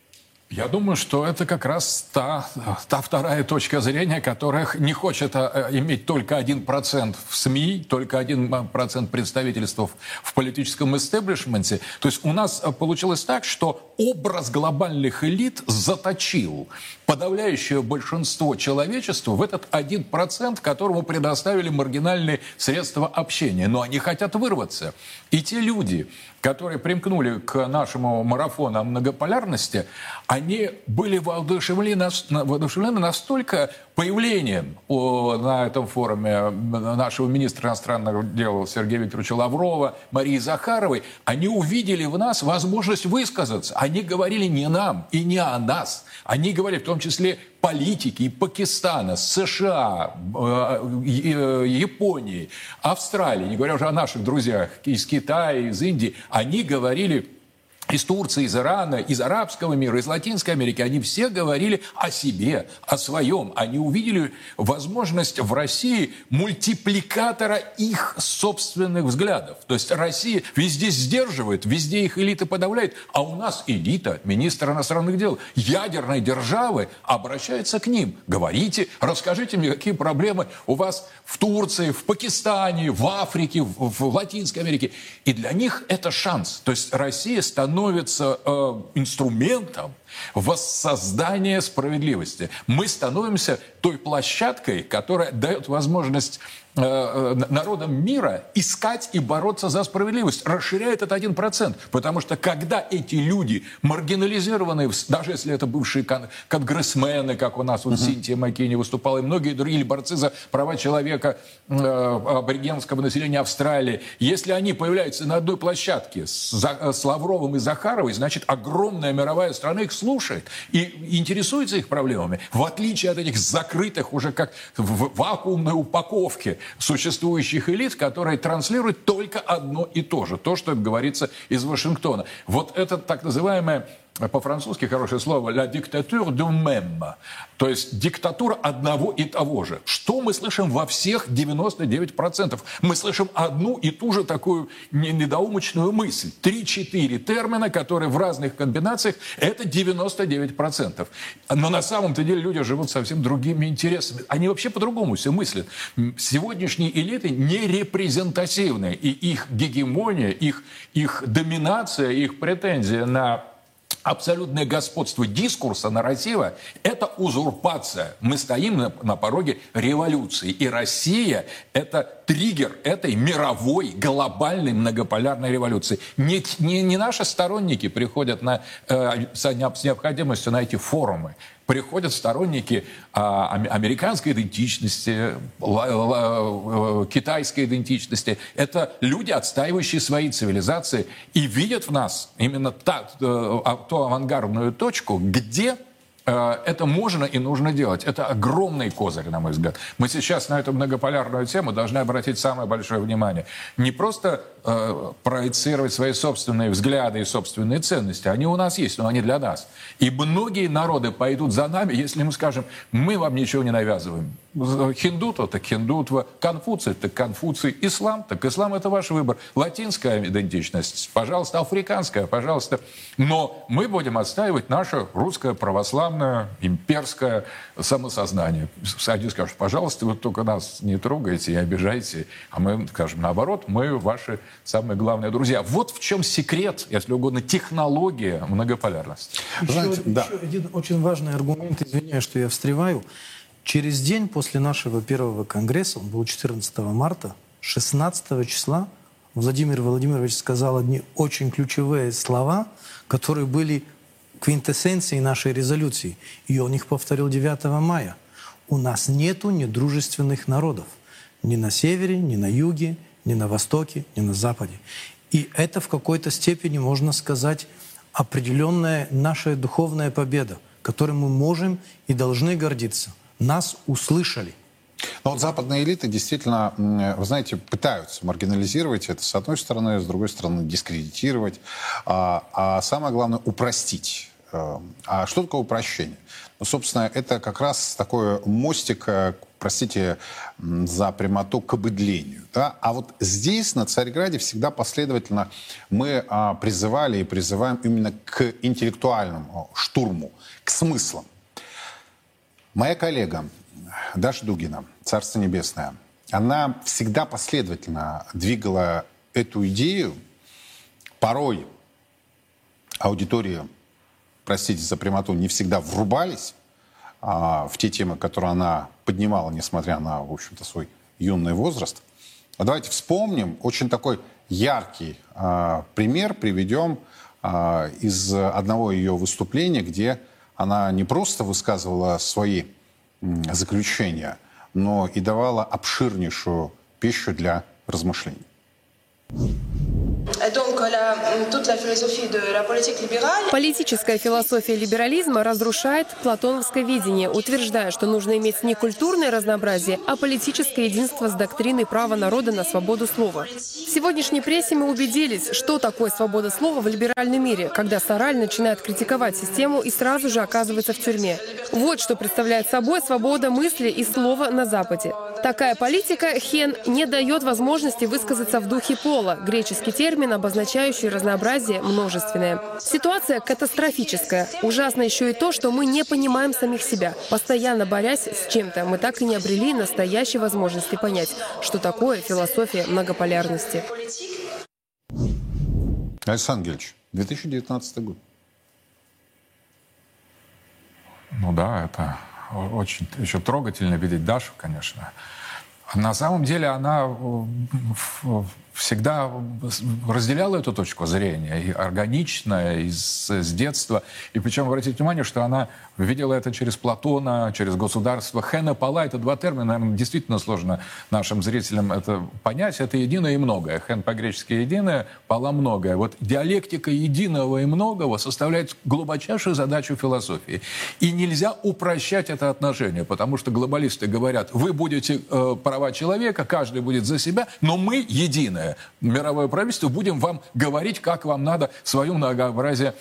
Я думаю, что это как раз та, та вторая точка зрения, которая не хочет иметь только один процент в СМИ, только один процент представительства в политическом истеблишменте. То есть у нас получилось так, что образ глобальных элит заточил подавляющее большинство человечества в этот один процент, которому предоставили маргинальные средства общения. Но они хотят вырваться. И те люди, которые примкнули к нашему марафону о многополярности, они были воодушевлены, воодушевлены настолько появлением о, на этом форуме нашего министра иностранных дел Сергея Викторовича Лаврова, Марии Захаровой, они увидели в нас возможность высказаться. Они говорили не нам и не о нас. Они говорили в том числе политики Пакистана, США, Японии, Австралии, не говоря уже о наших друзьях из Китая, из Индии, они говорили из Турции, из Ирана, из арабского мира, из Латинской Америки, они все говорили о себе, о своем. Они увидели возможность в России мультипликатора их собственных взглядов. То есть Россия везде сдерживает, везде их элита подавляет, а у нас элита, министр иностранных дел, ядерной державы обращается к ним. Говорите, расскажите мне, какие проблемы у вас в Турции, в Пакистане, в Африке, в, в Латинской Америке. И для них это шанс. То есть Россия становится становится э, инструментом воссоздания справедливости. Мы становимся той площадкой, которая дает возможность э, народам мира искать и бороться за справедливость, расширяет этот один процент. Потому что когда эти люди маргинализированные, даже если это бывшие кон- конгрессмены, как у нас вот uh-huh. Синтия Маккейни выступала, и многие другие борцы за права человека э, аборигенского населения Австралии, если они появляются на одной площадке с, за, с Лавровым и Захаровой, значит, огромная мировая страна их слушает и интересуется их проблемами. В отличие от этих закрытых уже как в вакуумной упаковке существующих элит, которые транслируют только одно и то же. То, что говорится из Вашингтона. Вот это так называемое по-французски хорошее слово «la dictature du même», то есть диктатура одного и того же. Что мы слышим во всех девяноста девяти процентах? Мы слышим одну и ту же такую недоумочную мысль. Три-четыре термина, которые в разных комбинациях, это девяносто девять процентов. Но на самом-то деле люди живут совсем другими интересами. Они вообще по-другому все мыслят. Сегодняшние элиты не репрезентативны, и их гегемония, их, их доминация, их претензия на абсолютное господство дискурса, нарратива – это узурпация. Мы стоим на, на пороге революции. И Россия – это триггер этой мировой, глобальной, многополярной революции. Не, не, не наши сторонники приходят на, э, с необходимостью на эти форумы. Приходят сторонники а, американской идентичности, ла, ла, китайской идентичности. Это люди, отстаивающие свои цивилизации и видят в нас именно та, ту авангардную точку, где э, это можно и нужно делать. Это огромный козырь, на мой взгляд. Мы сейчас на эту многополярную тему должны обратить самое большое внимание. Не просто э, проецировать свои собственные взгляды и собственные ценности. Они у нас есть, но они для нас. И многие народы пойдут за нами, если мы скажем, мы вам ничего не навязываем. Хиндутва, так хиндутва, Конфуций, так Конфуций, ислам, так ислам, это ваш выбор. Латинская идентичность, пожалуйста, африканская, пожалуйста. Но мы будем отстаивать наше русское православное имперское самосознание. Они скажут, пожалуйста, вы только нас не трогайте и обижайте, а мы скажем, наоборот, мы ваши самые главные друзья. Вот в чем секрет, если угодно, технология многополярности. Еще, Знаете, еще да. один очень важный аргумент, извиняюсь, что я встреваю. Через день после нашего первого конгресса, он был четырнадцатого марта, шестнадцатого числа, Владимир Владимирович сказал одни очень ключевые слова, которые были квинтэссенцией нашей резолюции. И он их повторил девятого мая. У нас нету недружественных народов. Ни на севере, ни на юге, ни на востоке, ни на западе. И это в какой-то степени, можно сказать, определенная наша духовная победа, которой мы можем и должны гордиться. Нас услышали. Но вот западные элиты действительно, вы знаете, пытаются маргинализировать это с одной стороны, с другой стороны дискредитировать, а, а самое главное упростить. А что такое упрощение? Ну, собственно, это как раз такой мостик, простите за прямоту, к обыдлению. Да? А вот здесь, на Царьграде, всегда последовательно мы а, призывали и призываем именно к интеллектуальному штурму, к смыслам. Моя коллега Даша Дугина, Царство Небесное, она всегда последовательно двигала эту идею. Порой аудитории, простите за прямоту, не всегда врубались а, в те темы, которые она поднимала, несмотря на, в общем-то, свой юный возраст. А давайте вспомним очень такой яркий а, пример, приведем а, из одного ее выступления, где она не просто высказывала свои заключения, но и давала обширнейшую пищу для размышлений. Политическая философия либерализма разрушает платоновское видение, утверждая, что нужно иметь не культурное разнообразие, а политическое единство с доктриной права народа на свободу слова. В сегодняшней прессе мы убедились, что такое свобода слова в либеральном мире, когда Сораль начинает критиковать систему и сразу же оказывается в тюрьме. Вот что представляет собой свобода мысли и слова на Западе. Такая политика, хен, не дает возможности высказаться в духе пола, греческий термин, обозначающий разнообразие множественное. Ситуация катастрофическая. Ужасно еще и то, что мы не понимаем самих себя. Постоянно борясь с чем-то, мы так и не обрели настоящей возможности понять, что такое философия многополярности. Александр Гельевич, две тысячи девятнадцатый год. Ну да, это очень еще трогательно видеть Дашу, конечно. На самом деле она всегда разделяла эту точку зрения, и органично, и с, с детства. И причем, обратите внимание, что она видела это через Платона, через государство. Хен и пала — это два термина, наверное, действительно сложно нашим зрителям это понять. Это единое и многое. Хен по-гречески единое, пала многое. Вот диалектика единого и многого составляет глубочайшую задачу философии. И нельзя упрощать это отношение, потому что глобалисты говорят, вы будете э, права человека, каждый будет за себя, но мы единое. единое мировое правительство, будем вам говорить, как вам надо свое многообразие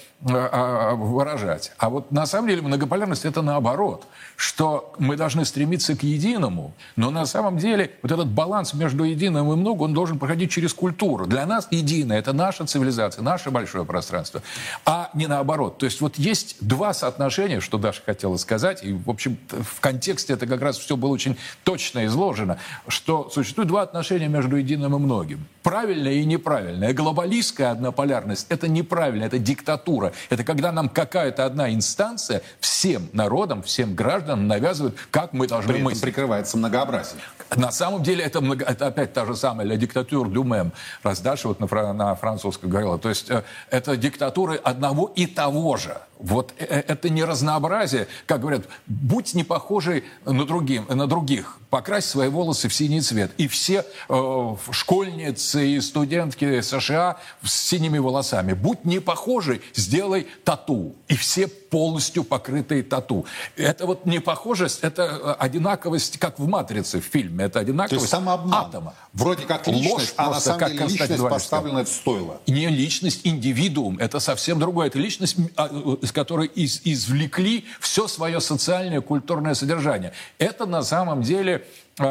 выражать. А вот на самом деле многополярность — это наоборот, что мы должны стремиться к единому, но на самом деле вот этот баланс между единым и много, он должен проходить через культуру. Для нас единое — это наша цивилизация, наше большое пространство, а не наоборот. То есть вот есть два соотношения, что Даша хотела сказать, и, в общем, в контексте это как раз все было очень точно изложено, что существует два отношения между единым и многим. Правильное и неправильное. Глобалистская однополярность — это неправильно, это диктатура. Это когда нам какая-то одна инстанция всем народам, всем гражданам навязывает, как мы должны При этом мыслить. Прикрывается многообразием. На самом деле это, много, это опять та же самая «la dictature du même», раз Даша вот на, на французском говорила. То есть э, это диктатуры одного и того же. Вот э, это не разнообразие. Как говорят, будь не похожий на, другим, на других, покрась свои волосы в синий цвет. И все э, школьницы и студентки США с синими волосами. Будь не похожий, сделай тату. И все полностью покрытые тату. Это вот непохожесть, это одинаковость, как в «Матрице» в фильме. Это одинаковость То есть самообман. атома. Вроде как личность, Ложь а на просто, самом как деле личность Константин поставлена в стойло. Не личность, индивидуум. Это совсем другое. Это личность, из которой из, извлекли все свое социальное, культурное содержание. Это на самом деле э,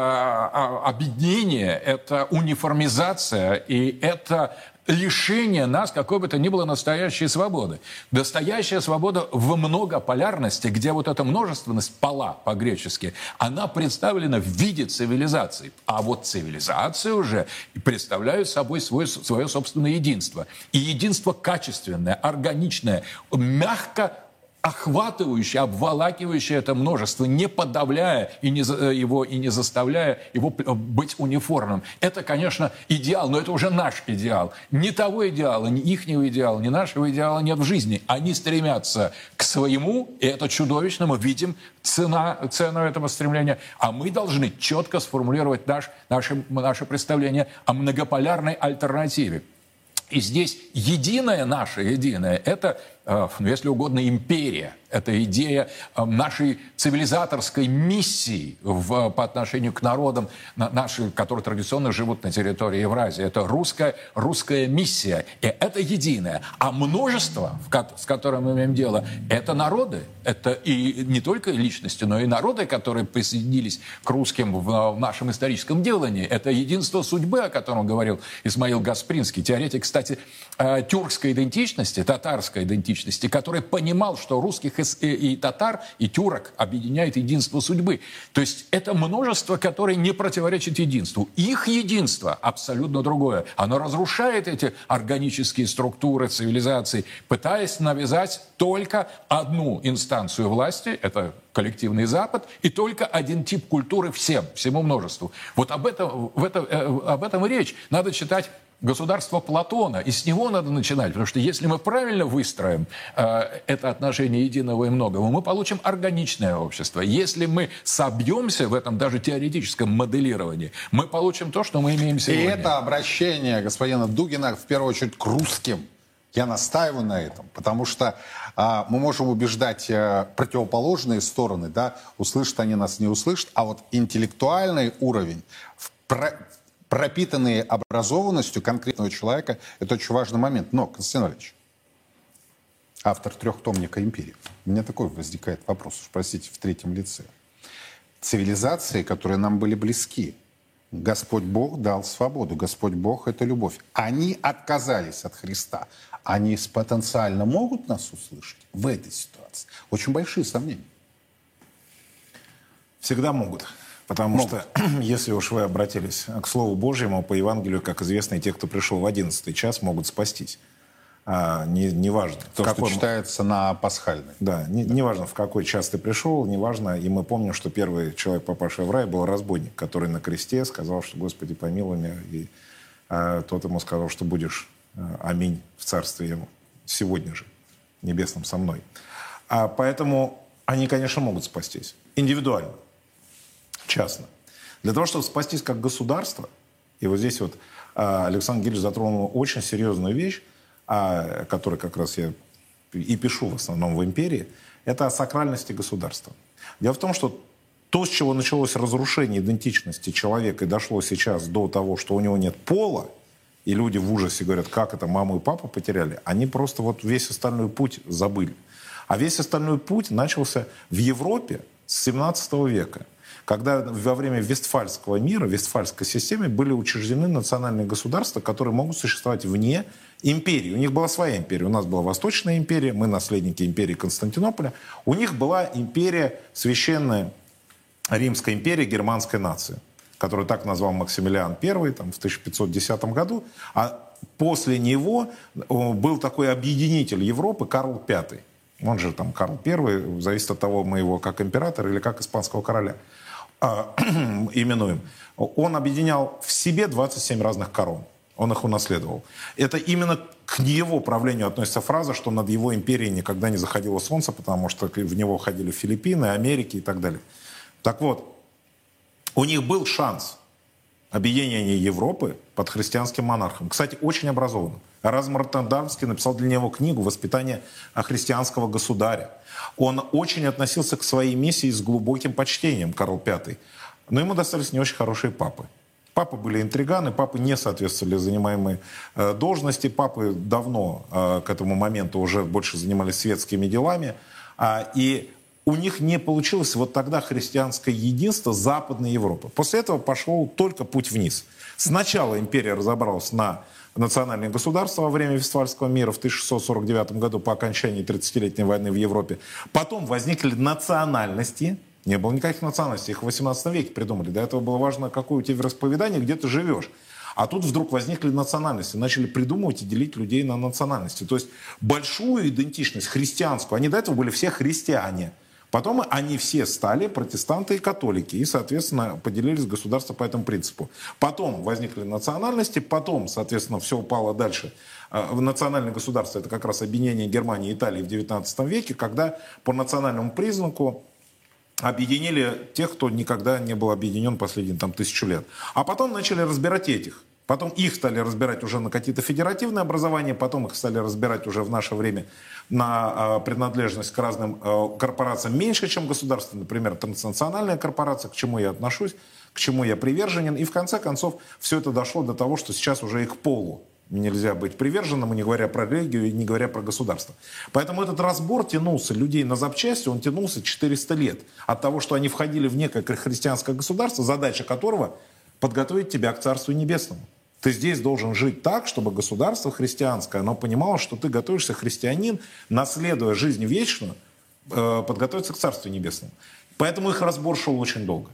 объединение, это униформизация, и это лишение нас какой бы то ни было настоящей свободы. Настоящая свобода в многополярности, где вот эта множественность, пола по-гречески, она представлена в виде цивилизации. А вот цивилизации уже представляют собой свой, свое собственное единство. И единство качественное, органичное, мягко охватывающее, обволакивающее это множество, не подавляя и не, его, и не заставляя его быть униформным. Это, конечно, идеал, но это уже наш идеал. Ни того идеала, ни ихнего идеала, ни нашего идеала нет в жизни. Они стремятся к своему, и это чудовищно, мы видим цена, цену этого стремления. А мы должны четко сформулировать наш, наше, наше представление о многополярной альтернативе. И здесь единое наше, единое, это, если угодно, империя. Это идея нашей цивилизаторской миссии в, по отношению к народам, наши, которые традиционно живут на территории Евразии. Это русская, русская миссия. И это единое. А множество, с которым мы имеем дело, это народы. Это и не только личности, но и народы, которые присоединились к русским в, в нашем историческом делании. Это единство судьбы, о котором говорил Исмаил Гаспринский, теоретик, кстати, тюркской идентичности, татарской идентичности, который понимал, что русских и татар, и тюрок объединяет единство судьбы. То есть это множество, которое не противоречит единству. Их единство абсолютно другое. Оно разрушает эти органические структуры цивилизации, пытаясь навязать только одну инстанцию власти, это коллективный Запад, и только один тип культуры всем, всему множеству. Вот об этом, в этом, об этом и речь. Надо читать «Государство Платона», и с него надо начинать, потому что если мы правильно выстроим э, это отношение единого и многого, мы получим органичное общество. Если мы собьемся в этом даже теоретическом моделировании, мы получим то, что мы имеем сегодня. И это обращение господина Дугина в первую очередь к русским. Я настаиваю на этом, потому что а, мы можем убеждать а, противоположные стороны, да, услышат они нас, не услышат, а вот интеллектуальный уровень, в про, пропитанный образованностью конкретного человека, это очень важный момент. Но, Константин Валерьевич, автор трехтомника «Империя», у меня такой возникает вопрос, уж простите, в третьем лице. Цивилизации, которые нам были близки, Господь Бог дал свободу, Господь Бог — это любовь. Они отказались от Христа. Они потенциально могут нас услышать в этой ситуации? Очень большие сомнения. Всегда могут. Потому могут. что, если уж вы обратились к Слову Божьему, по Евангелию, как известно, и те, кто пришел в одиннадцатый час, могут спастись. А, не, не важно. То, в каком... что читается на пасхальной. Да, не, не важно, в какой час ты пришел, не важно. И мы помним, что первый человек, попавший в рай, был разбойник, который на кресте сказал, что «Господи, помилуй меня». И а, тот ему сказал, что будешь а, аминь в царстве ему сегодня же, небесном со мной. А, поэтому они, конечно, могут спастись. Индивидуально, частно. Для того, чтобы спастись как государство, и вот здесь вот а, Александр Гильевич затронул очень серьезную вещь, о которой как раз я и пишу в основном в «Империи», это о сакральности государства. Дело в том, что то, с чего началось разрушение идентичности человека и дошло сейчас до того, что у него нет пола, и люди в ужасе говорят, как это маму и папу потеряли, они просто вот весь остальной путь забыли. А весь остальной путь начался в Европе с семнадцатого века, когда во время Вестфальского мира, Вестфальской системы были учреждены национальные государства, которые могут существовать вне империи. У них была своя империя. У нас была Восточная империя, мы наследники империи Константинополя. У них была империя, священная Римская империя германской нации, которую так назвал Максимилиан Первый там, в тысяча пятьсот десятом году. А после него был такой объединитель Европы Карл Пятый. Он же там Карл Первый, зависит от того, мы его как император или как испанского короля именуем. Он объединял в себе двадцать семь разных корон. Он их унаследовал. Это именно к его правлению относится фраза, что над его империей никогда не заходило солнце, потому что в него входили Филиппины, Америки и так далее. Так вот, у них был шанс объединения Европы под христианским монархом. Кстати, очень образованным. Эразм Роттердамский написал для него книгу «Воспитание христианского государя». Он очень относился к своей миссии с глубоким почтением, Карл Пятый. Но ему достались не очень хорошие папы. Папы были интриганы, папы не соответствовали занимаемой э, должности, папы давно э, к этому моменту уже больше занимались светскими делами. Э, и у них не получилось вот тогда христианское единство Западной Европы. После этого пошел только путь вниз. Сначала империя разобралась на национальные государства во время Вестфальского мира в тысяча шестьсот сорок девятом году по окончании тридцатилетней войны в Европе. Потом возникли национальности. Не было никаких национальностей, их в восемнадцатом веке придумали. До этого было важно, какое у тебя вероисповедание, где ты живешь. А тут вдруг возникли национальности, начали придумывать и делить людей на национальности. То есть большую идентичность христианскую, они до этого были все христиане. Потом они все стали протестанты и католики, и, соответственно, поделились государства по этому принципу. Потом возникли национальности, потом, соответственно, все упало дальше. Национальное государство — это как раз объединение Германии и Италии в девятнадцатом веке, когда по национальному признаку объединили тех, кто никогда не был объединен последние там, тысячу лет. А потом начали разбирать этих. Потом их стали разбирать уже на какие-то федеративные образования, потом их стали разбирать уже в наше время на э, принадлежность к разным э, корпорациям меньше, чем государство. Например, транснациональная корпорация, к чему я отношусь, к чему я приверженен. И в конце концов все это дошло до того, что сейчас уже и к полу нельзя быть приверженным, не говоря про религию и не говоря про государство. Поэтому этот разбор тянулся людей на запчасти, он тянулся четыреста лет. От того, что они входили в некое христианское государство, задача которого подготовить тебя к Царству Небесному. Ты здесь должен жить так, чтобы государство христианское, оно понимало, что ты готовишься христианин, наследуя жизнь вечную, э, подготовиться к Царству Небесному. Поэтому их разбор шел очень долго.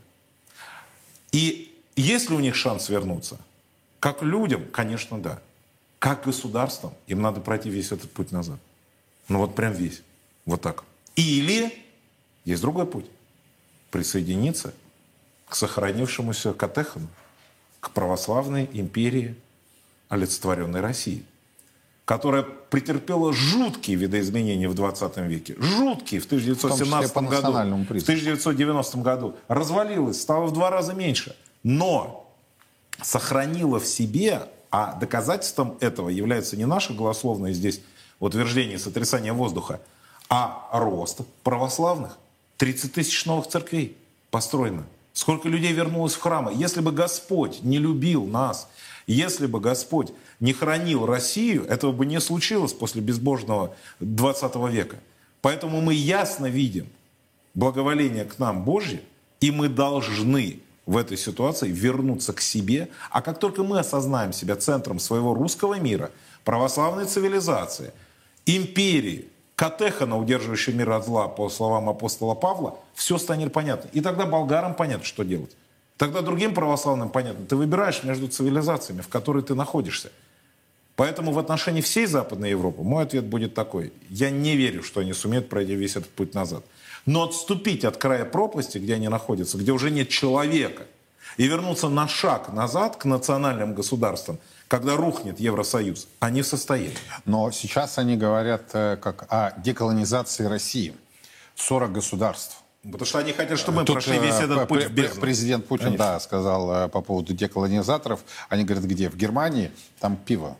И есть ли у них шанс вернуться? Как людям? Конечно, да. Как государствам? Им надо пройти весь этот путь назад. Ну вот прям весь. Вот так. Или есть другой путь. Присоединиться к сохранившемуся катехону, к православной империи, олицетворенной России, которая претерпела жуткие видоизменения в двадцатом веке, жуткие в тысяча девятьсот семнадцатом году, в тысяча девятьсот девяностом году, развалилась, стала в два раза меньше, но сохранила в себе, а доказательством этого является не наше голословное здесь утверждение сотрясания воздуха, а рост православных. тридцать тысяч новых церквей построено. Сколько людей вернулось в храмы. Если бы Господь не любил нас, если бы Господь не хранил Россию, этого бы не случилось после безбожного двадцатого века. Поэтому мы ясно видим благоволение к нам Божье, и мы должны в этой ситуации вернуться к себе. А как только мы осознаем себя центром своего русского мира, православной цивилизации, империи, катехона, удерживающего мир от зла, по словам апостола Павла, все станет понятно. И тогда болгарам понятно, что делать. Тогда другим православным понятно. Ты выбираешь между цивилизациями, в которой ты находишься. Поэтому в отношении всей Западной Европы мой ответ будет такой. Я не верю, что они сумеют пройти весь этот путь назад. Но отступить от края пропасти, где они находятся, где уже нет человека, и вернуться на шаг назад к национальным государствам, когда рухнет Евросоюз, они в состоянии. Но сейчас они говорят как о деколонизации России. сорок государств. Потому что они хотят, чтобы мы Тут прошли весь этот путь в бездну. Президент Путин, да, сказал по поводу деколонизаторов. Они говорят, где? В Германии там пиво.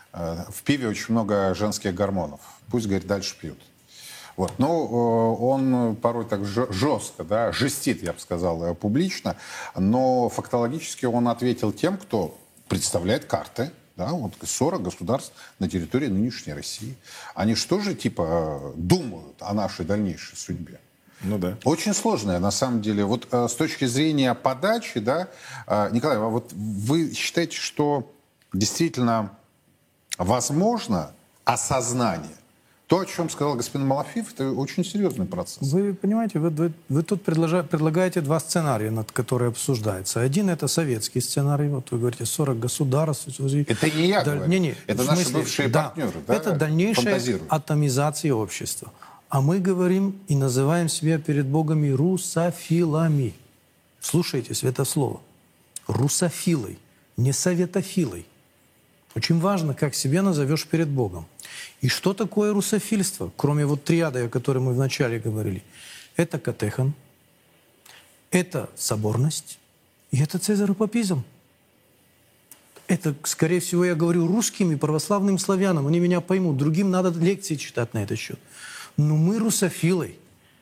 В пиве очень много женских гормонов. Пусть, говорит, дальше пьют. Вот. Ну, он порой так жестко, да, жестит, я бы сказал, публично, но фактологически он ответил тем, кто представляет карты, Да, вот сорок государств на территории нынешней России. Они что же, типа, думают о нашей дальнейшей судьбе? Ну да. Очень сложная, на самом деле. Вот э, с точки зрения подачи, да, э, Николай, а вот вы считаете, что действительно возможно осознание? То, о чем сказал господин Малафеев, это очень серьезный процесс. Вы понимаете, вы, вы, вы тут предлагаете два сценария, над которые обсуждаются. Один — это советский сценарий. Вот вы говорите, сорок государств. Это не я да, говорю. Не, не, это смысле, наши бывшие да, партнеры. Да, это дальнейшая атомизация общества. А мы говорим и называем себя перед Богом русофилами. Слушайте, святослово. Русофилой, не советофилой. Очень важно, как себя назовешь перед Богом. И что такое русофильство, кроме вот триады, о которой мы вначале говорили? Это катехон, это соборность и это цезаропапизм. Это, скорее всего, я говорю русским и православным славянам. Они меня поймут. Другим надо лекции читать на этот счет. Но мы русофилы.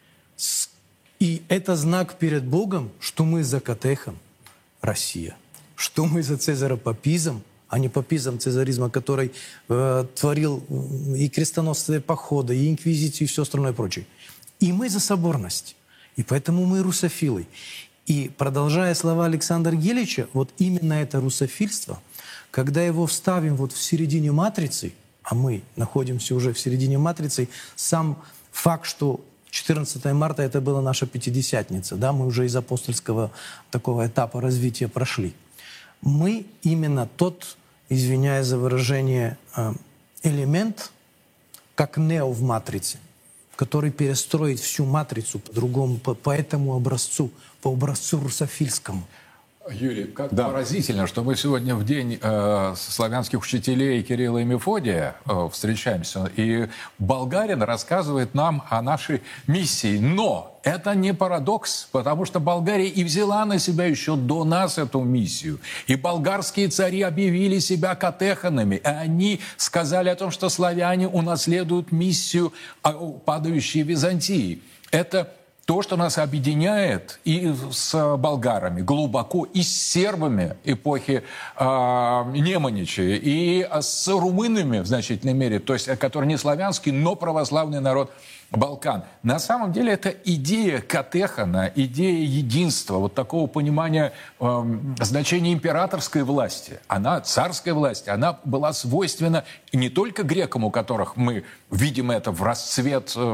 И это знак перед Богом, что мы за катехон, Россия, что мы за цезаропапизм, а не папизм цезаризма, который э, творил и крестоносные походы, и инквизицию, и все остальное прочее. И мы за соборность. И поэтому мы русофилы. И продолжая слова Александра Гелича, вот именно это русофильство, когда его вставим вот в середине матрицы, а мы находимся уже в середине матрицы, сам факт, что четырнадцатое марта это была наша пятидесятница, да, мы уже из апостольского такого этапа развития прошли. Мы именно тот, извиняюсь за выражение, элемент, как нео в матрице, который перестроит всю матрицу по-другому, по, по этому образцу, по образцу русофильскому. Юрий, как да. поразительно, что мы сегодня в день э, славянских учителей Кирилла и Мефодия э, встречаемся, и болгарин рассказывает нам о нашей миссии. Но это не парадокс, потому что Болгария и взяла на себя еще до нас эту миссию. И болгарские цари объявили себя катехонами, и они сказали о том, что славяне унаследуют миссию падающей Византии. Это то, что нас объединяет и с болгарами глубоко, и с сербами эпохи э, Неманича, и с румынами в значительной мере, то есть, которые не славянский, но православный народ Балкан. На самом деле это идея катехона, идея единства, вот такого понимания э, значения императорской власти, она, царской власти, она была свойственна не только грекам, у которых мы видим это в расцвет в,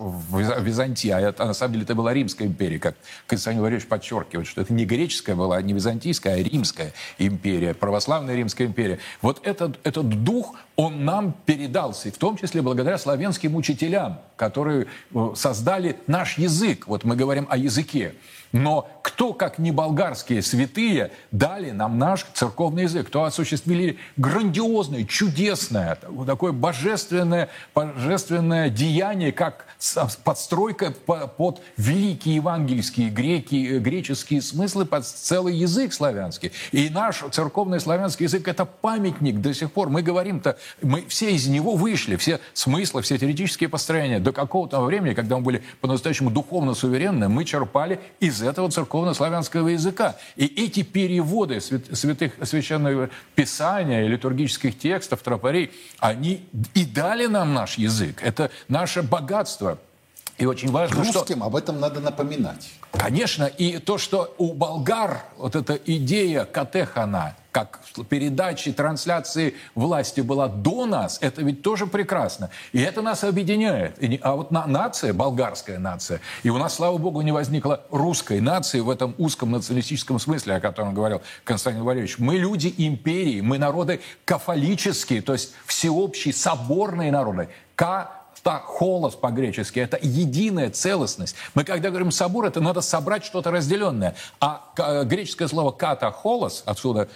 в Византии, а это, на самом деле это была Римская империя, как Константин Валерьевич подчеркивает, что это не греческая была, не византийская, а Римская империя, православная Римская империя. Вот этот, этот дух, он нам передался, и в том числе благодаря славянским учителям, которые создали наш язык. Вот мы говорим о языке. Но кто, как не болгарские святые, дали нам наш церковный язык? Кто осуществили грандиозное, чудесное, такое божественное, божественное деяние, как подстройка под великие евангельские греки, греческие смыслы, под целый язык славянский. И наш церковный славянский язык – это памятник до сих пор. Мы говорим-то, мы все из него вышли, все смыслы, все теоретические построения. До какого-то времени, когда мы были по-настоящему духовно суверенны, мы черпали из этого церковно-славянского языка. И эти переводы святых, священного писания, литургических текстов, тропарей, они и дали нам наш язык. Это наше богатство. И очень важно, русским что... об этом надо напоминать. Конечно. И то, что у болгар вот эта идея катехона, как передачи, трансляции власти была до нас, это ведь тоже прекрасно. И это нас объединяет. А вот нация, болгарская нация, и у нас, слава богу, не возникло русской нации в этом узком националистическом смысле, о котором говорил Константин Валерьевич. Мы люди империи, мы народы кафолические, то есть всеобщие, соборные народы. Ка холос по-гречески, это единая целостность. Мы, когда говорим собор, это надо собрать что-то разделенное. А греческое слово ката холос, отсюда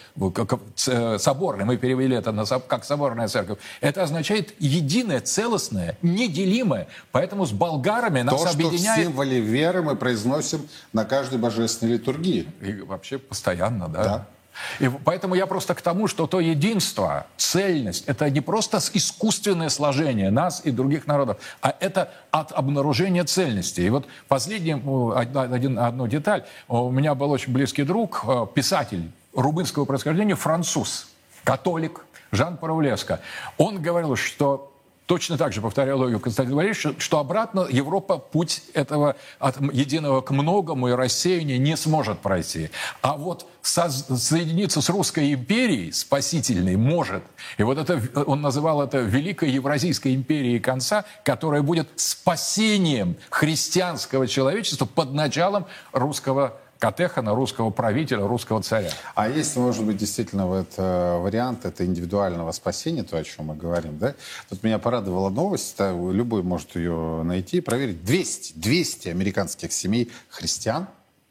соборный, мы перевели это на, как соборная церковь, это означает единое, целостное, неделимое. Поэтому с болгарами нас То, объединяет... То, что в символе веры мы произносим на каждой божественной литургии. И вообще постоянно, да. Да. И поэтому я просто к тому, что то единство, цельность, это не просто искусственное сложение нас и других народов, а это от обнаружения цельности. И вот последнюю один, одну деталь. У меня был очень близкий друг, писатель румынского происхождения, француз, католик, Жан Парулеско. Он говорил, что точно так же, повторяя логику Константина Борисовича, что обратно Европа путь этого от единого к многому и рассеяния не сможет пройти. А вот со, соединиться с Русской империей, спасительной, может. И вот это, он называл это Великой Евразийской империей конца, которая будет спасением христианского человечества под началом русского Катехана, русского правителя, русского царя. А если, может быть, действительно вот, э, вариант это индивидуального спасения, то, о чем мы говорим, да? Тут меня порадовала новость, да, любой может ее найти и проверить. двести, двести американских семей христиан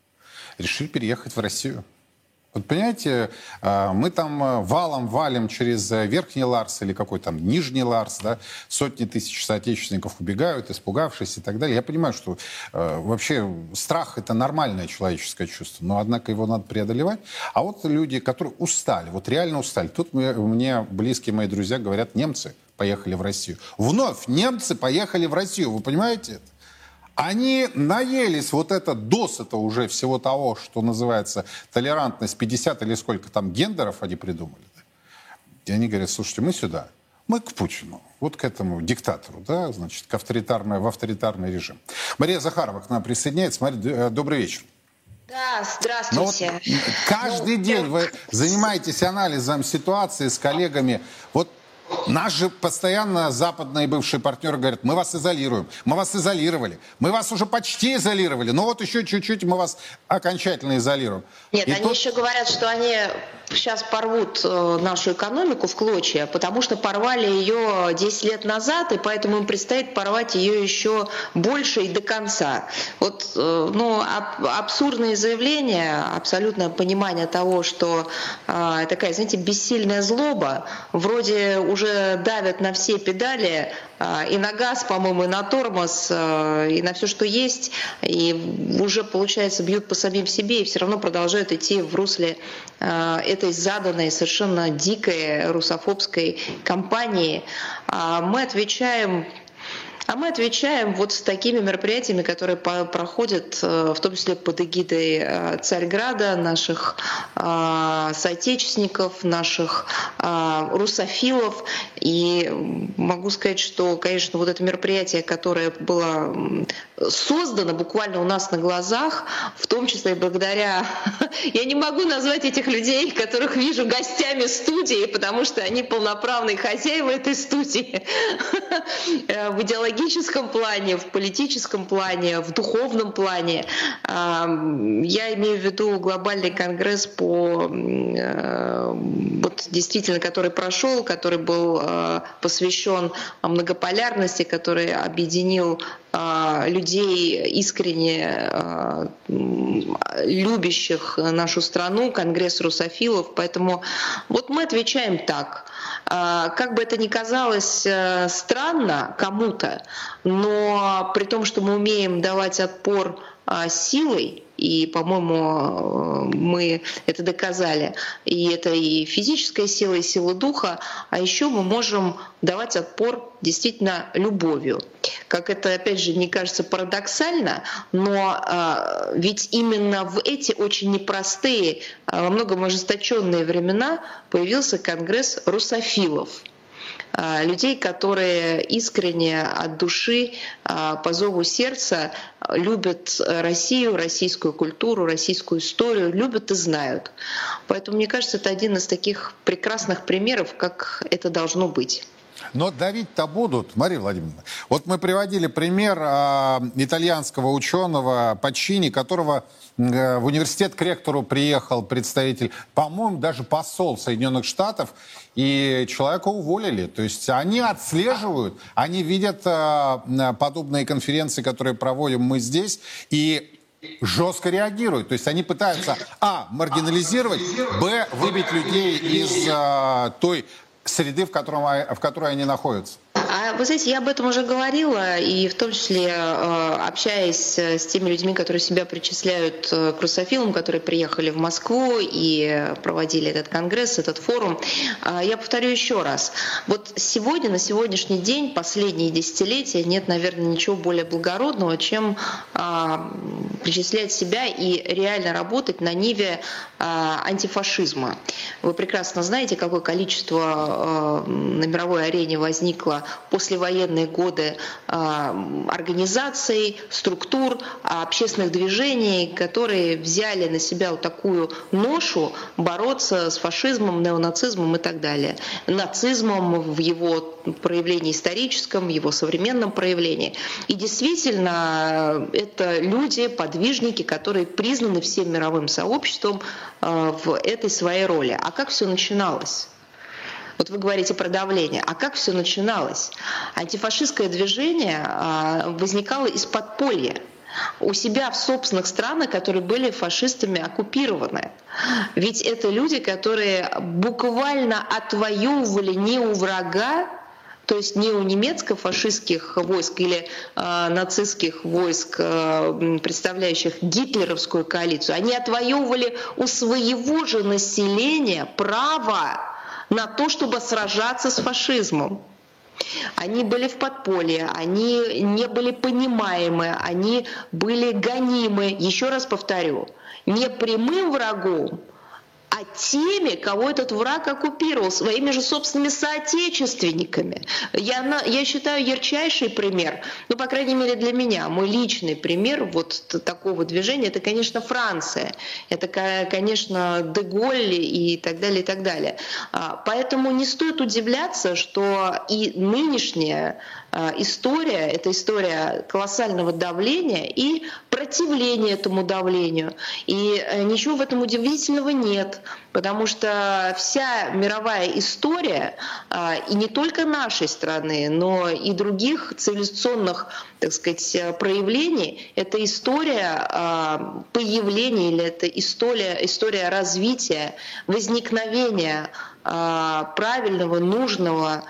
решили переехать в Россию. Вот понимаете, мы там валом валим через Верхний Ларс или какой там Нижний Ларс, да, сотни тысяч соотечественников убегают, испугавшись и так далее. Я понимаю, что э, вообще страх — это нормальное человеческое чувство, но, однако, его надо преодолевать. А вот люди, которые устали, вот реально устали. Тут мне, мне близкие мои друзья говорят, немцы поехали в Россию. Вновь немцы поехали в Россию, вы понимаете это? Они наелись вот это досыта уже всего того, что называется толерантность, пятьдесят или сколько там гендеров они придумали. Да? И они говорят, слушайте, мы сюда, мы к Путину, вот к этому диктатору, да, значит, к авторитарной, в авторитарный режим. Мария Захарова к нам присоединяется. Мария, добрый вечер. Да, здравствуйте. Вот каждый ну, день вы занимаетесь анализом ситуации с коллегами. Вот нас же постоянно западные бывшие партнеры говорят, мы вас изолируем, мы вас изолировали, мы вас уже почти изолировали, но вот еще чуть-чуть мы вас окончательно изолируем. Нет, И они тут... еще говорят, что они сейчас порвут нашу экономику в клочья, потому что порвали ее десять лет назад, и поэтому им предстоит порвать ее еще больше и до конца. Вот, ну, аб- абсурдные заявления, абсолютное понимание того, что э, такая, знаете, бессильная злоба, вроде уже давят на все педали, э, и на газ, по-моему, и на тормоз, э, и на все, что есть, и уже, получается, бьют по самим себе, и все равно продолжают идти в русле э, этой заданной, совершенно дикой русофобской кампании. Э, мы отвечаем... А мы отвечаем вот с такими мероприятиями, которые по- проходят, в том числе под эгидой Царьграда, наших э, соотечественников, наших э, русофилов. И могу сказать, что, конечно, вот это мероприятие, которое было создано буквально у нас на глазах, в том числе и благодаря... Я не могу назвать этих людей, которых вижу гостями студии, потому что они полноправные хозяева этой студии в идеологии, в идеологическом плане, в политическом плане, в духовном плане. Я имею в виду глобальный конгресс по вот действительно, который прошел, который был посвящен многополярности, который объединил людей, искренне любящих нашу страну, конгресс русофилов. Поэтому вот мы отвечаем так. Как бы это ни казалось странно кому-то, но при том, что мы умеем давать отпор силой, и, по-моему, мы это доказали, и это и физическая сила, и сила духа, а еще мы можем давать отпор действительно любовью. Как это, опять же, мне кажется парадоксально, но а, ведь именно в эти очень непростые, а, во многом ожесточенные времена появился конгресс русофилов. Людей, которые искренне от души, по зову сердца любят Россию, российскую культуру, российскую историю, любят и знают. Поэтому, мне кажется, это один из таких прекрасных примеров, как это должно быть. Но давить-то будут, Мария Владимировна. Вот мы приводили пример э, итальянского ученого Паччини, которого э, в университет к ректору приехал представитель, по-моему, даже посол Соединенных Штатов, и человека уволили. То есть они отслеживают, они видят э, подобные конференции, которые проводим мы здесь, и жестко реагируют. То есть они пытаются, а, маргинализировать, б, выбить людей из э, той среды, в, котором, в которой они находятся. А вы знаете, я об этом уже говорила, и в том числе общаясь с теми людьми, которые себя причисляют к русофилам, которые приехали в Москву и проводили этот конгресс, этот форум, я повторю еще раз. Вот сегодня, на сегодняшний день, последние десятилетия, нет, наверное, ничего более благородного, чем причислять себя и реально работать на ниве антифашизма. Вы прекрасно знаете, какое количество на мировой арене возникло в послевоенные годы организаций, структур, общественных движений, которые взяли на себя вот такую ношу бороться с фашизмом, неонацизмом и так далее. Нацизмом в его проявлении историческом, в его современном проявлении. И действительно, это люди, подвижники, которые признаны всем мировым сообществом в этой своей роли. А как все начиналось? Вот вы говорите про давление. А как все начиналось? Антифашистское движение возникало из подполья. У себя в собственных странах, которые были фашистами оккупированы. Ведь это люди, которые буквально отвоевывали не у врага, то есть не у немецко-фашистских войск или э, нацистских войск, э, представляющих гитлеровскую коалицию, они отвоевывали у своего же населения право на то, чтобы сражаться с фашизмом. Они были в подполье, они не были понимаемы, они были гонимы, еще раз повторю, не прямым врагом, а теми, кого этот враг оккупировал, своими же собственными соотечественниками. Я, я считаю, ярчайший пример, ну, по крайней мере, для меня, мой личный пример вот такого движения, это, конечно, Франция, это, конечно, де Голль и так далее, и так далее. Поэтому не стоит удивляться, что и нынешняя история, это история колоссального давления и противления этому давлению. И ничего в этом удивительного нет, потому что вся мировая история, и не только нашей страны, но и других цивилизационных, так сказать, проявлений, это история появления или это история, история развития, возникновения правильного, нужного,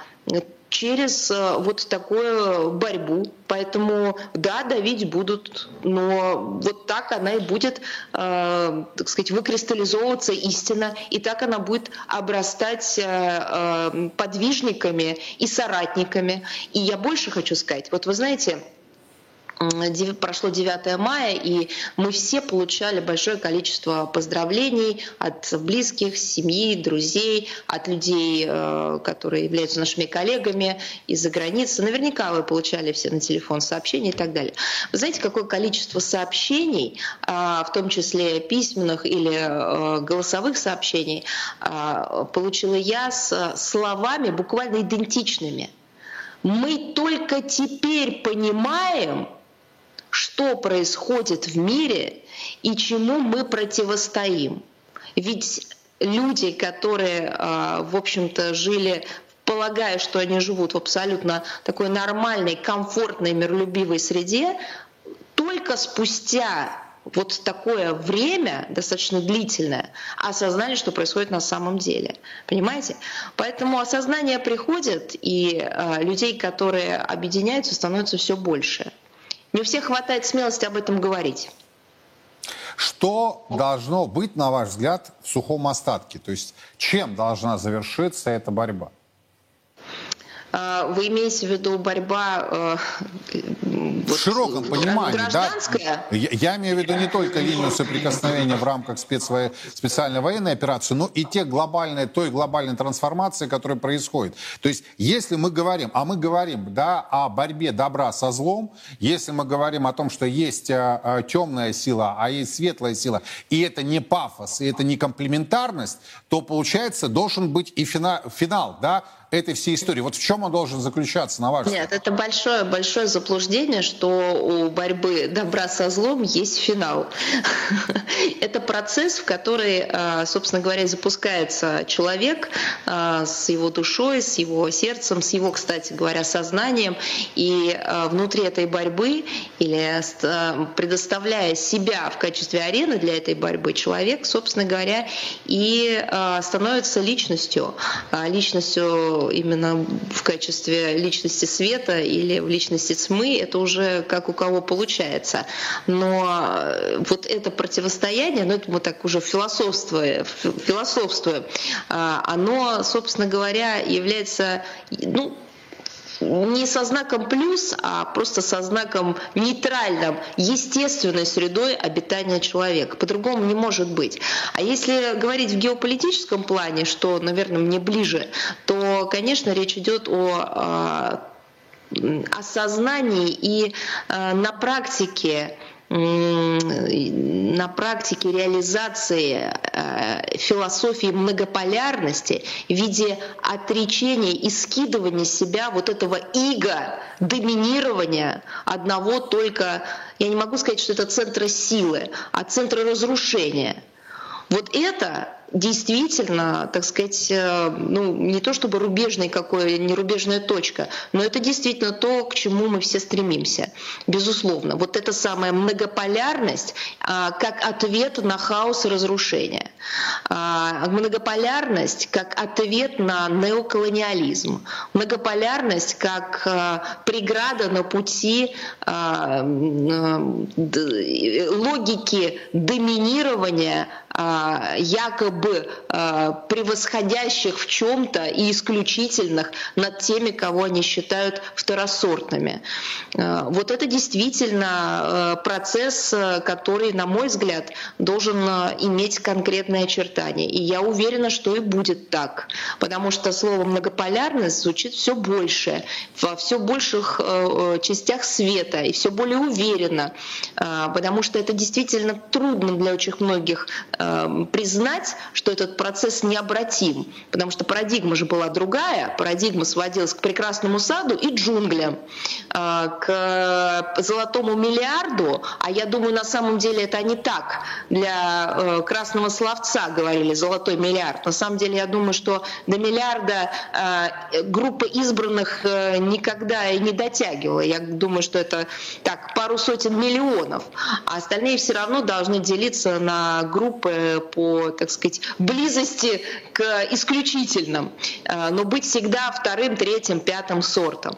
через вот такую борьбу. Поэтому, да, давить будут, но вот так она и будет, э, так сказать, выкристаллизовываться истина, и так она будет обрастать э, подвижниками и соратниками. И я больше хочу сказать, вот вы знаете, прошло девятое мая, и мы все получали большое количество поздравлений от близких, семьи, друзей, от людей, которые являются нашими коллегами из-за границы. Наверняка вы получали все на телефон сообщения и так далее. Вы знаете, какое количество сообщений, в том числе письменных или голосовых сообщений, получила я с словами буквально идентичными. Мы только теперь понимаем, что происходит в мире и чему мы противостоим. Ведь люди, которые, в общем-то, жили, полагая, что они живут в абсолютно такой нормальной, комфортной, миролюбивой среде, только спустя вот такое время, достаточно длительное, осознали, что происходит на самом деле. Понимаете? Поэтому осознание приходит, и людей, которые объединяются, становится все больше. Не у всех хватает смелости об этом говорить. Что должно быть, на ваш взгляд, в сухом остатке? То есть чем должна завершиться эта борьба? Вы имеете в виду борьба в широком понимании, гражданская? Да? Я, я имею в виду не только линию соприкосновения в рамках спецво... специальной военной операции, но и те глобальные, той глобальной трансформации, которая происходит. То есть, если мы говорим, а мы говорим, да, о борьбе добра со злом, если мы говорим о том, что есть а, а, темная сила, а есть светлая сила, и это не пафос, и это не комплементарность, то, получается, должен быть и фина... финал, да, этой всей истории. Вот в чем он должен заключаться, на ваш взгляд? Нет, это большое, большое заблуждение, что у борьбы добра со злом есть финал. Это процесс, в который, собственно говоря, запускается человек с его душой, с его сердцем, с его, кстати говоря, сознанием. И внутри этой борьбы, или предоставляя себя в качестве арены для этой борьбы, человек, собственно говоря, и становится личностью. Личностью именно в качестве личности света или в личности тьмы, это уже как у кого получается. Но вот это противостояние, ну это мы так уже философствуем, философствуем, оно, собственно говоря, является, ну, не со знаком плюс, а просто со знаком нейтральным, естественной средой обитания человека. По-другому не может быть. А если говорить в геополитическом плане, что, наверное, мне ближе, то, конечно, речь идет о осознании и на практике на практике реализации э, философии многополярности в виде отречения и скидывания себя вот этого иго, доминирования одного только, я не могу сказать, что это центра силы, а центра разрушения. Вот это действительно, так сказать, ну, не то чтобы рубежная какая, не рубежная точка, но это действительно то, к чему мы все стремимся, безусловно. Вот эта самая многополярность а, как ответ на хаос и разрушение. А, многополярность как ответ на неоколониализм. Многополярность как а, преграда на пути а, д, логики доминирования а, якобы превосходящих в чем-то и исключительных над теми, кого они считают второсортными. Вот это действительно процесс, который, на мой взгляд, должен иметь конкретные очертания. И я уверена, что и будет так, потому что слово «многополярность» звучит все больше, во все больших частях света и все более уверенно, потому что это действительно трудно для очень многих признать, что этот процесс необратим, потому что парадигма же была другая, парадигма сводилась к прекрасному саду и джунглям, к золотому миллиарду, а я думаю, на самом деле это не так. Для красного словца говорили «золотой миллиард». На самом деле я думаю, что до миллиарда группа избранных никогда и не дотягивала. Я думаю, что это так, пару сотен миллионов, а остальные все равно должны делиться на группы по, так сказать, близости к исключительным, но быть всегда вторым, третьим, пятым сортом.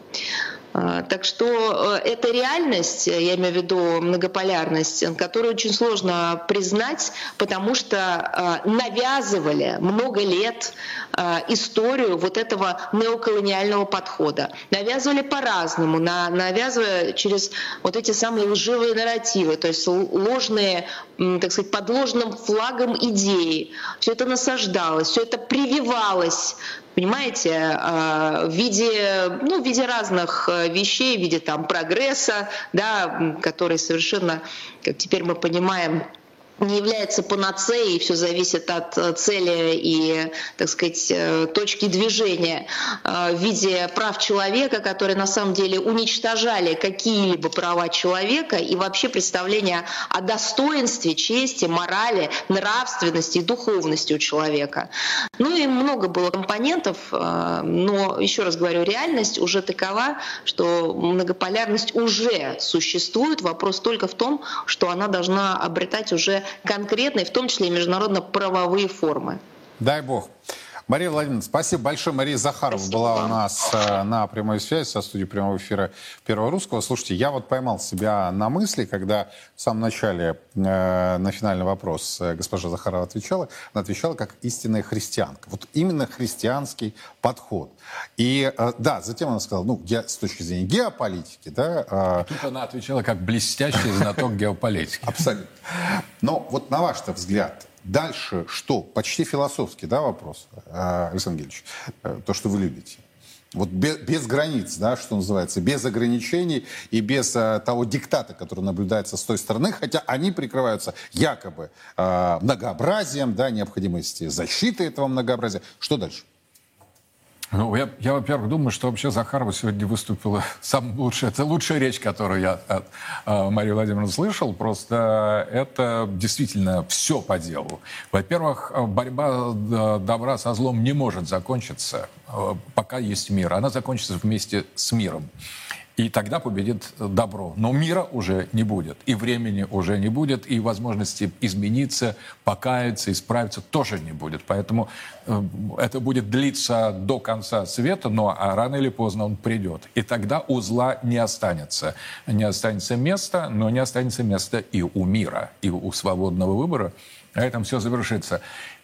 Так что это реальность, я имею в виду многополярность, которую очень сложно признать, потому что навязывали много лет историю вот этого неоколониального подхода. Навязывали по-разному, навязывая через вот эти самые лживые нарративы, то есть ложные, так сказать, под ложным флагом идеи. Все это насаждалось, все это прививалось, понимаете, в виде, ну, в виде разных вещей, в виде там прогресса, да, который совершенно, как теперь мы понимаем, не является панацеей, все зависит от цели и, так сказать, точки движения, в виде прав человека, которые на самом деле уничтожали какие-либо права человека и вообще представление о достоинстве, чести, морали, нравственности и духовности у человека. Ну и много было компонентов, но, еще раз говорю, реальность уже такова, что многополярность уже существует. Вопрос только в том, что она должна обретать уже конкретные, в том числе и международно-правовые формы. Дай бог. Мария Владимировна, спасибо большое. Мария Захарова спасибо. Была у нас на прямой связи со студией прямого эфира Первого Русского. Слушайте, я вот поймал себя на мысли, когда в самом начале э, на финальный вопрос госпожа Захарова отвечала, она отвечала как истинная христианка. Вот именно христианский подход. И э, да, затем она сказала, ну, ге, с точки зрения геополитики, да... Э, Тут она отвечала как блестящий знаток геополитики. Абсолютно. Но вот на ваш взгляд... Дальше что? Почти философский, да, вопрос, Александр Гельевич, то, что вы любите. Вот без, без границ, да, что называется, без ограничений и без а, того диктата, который наблюдается с той стороны, хотя они прикрываются якобы а, многообразием, да, необходимостью защиты этого многообразия. Что дальше? Ну, я, я, во-первых, думаю, что вообще Захарова сегодня выступила самая лучшая. Это лучшая речь, которую я от э, Марии Владимировны слышал. Просто это действительно все по делу. Во-первых, борьба добра со злом не может закончиться, э, пока есть мир. Она закончится вместе с миром. И тогда победит добро. Но мира уже не будет, и времени уже не будет, и возможности измениться, покаяться, исправиться тоже не будет. Поэтому э, это будет длиться до конца света, но а рано или поздно он придет. И тогда у зла не останется. Не останется места, но не останется места и у мира, и у свободного выбора. На этом все завершится.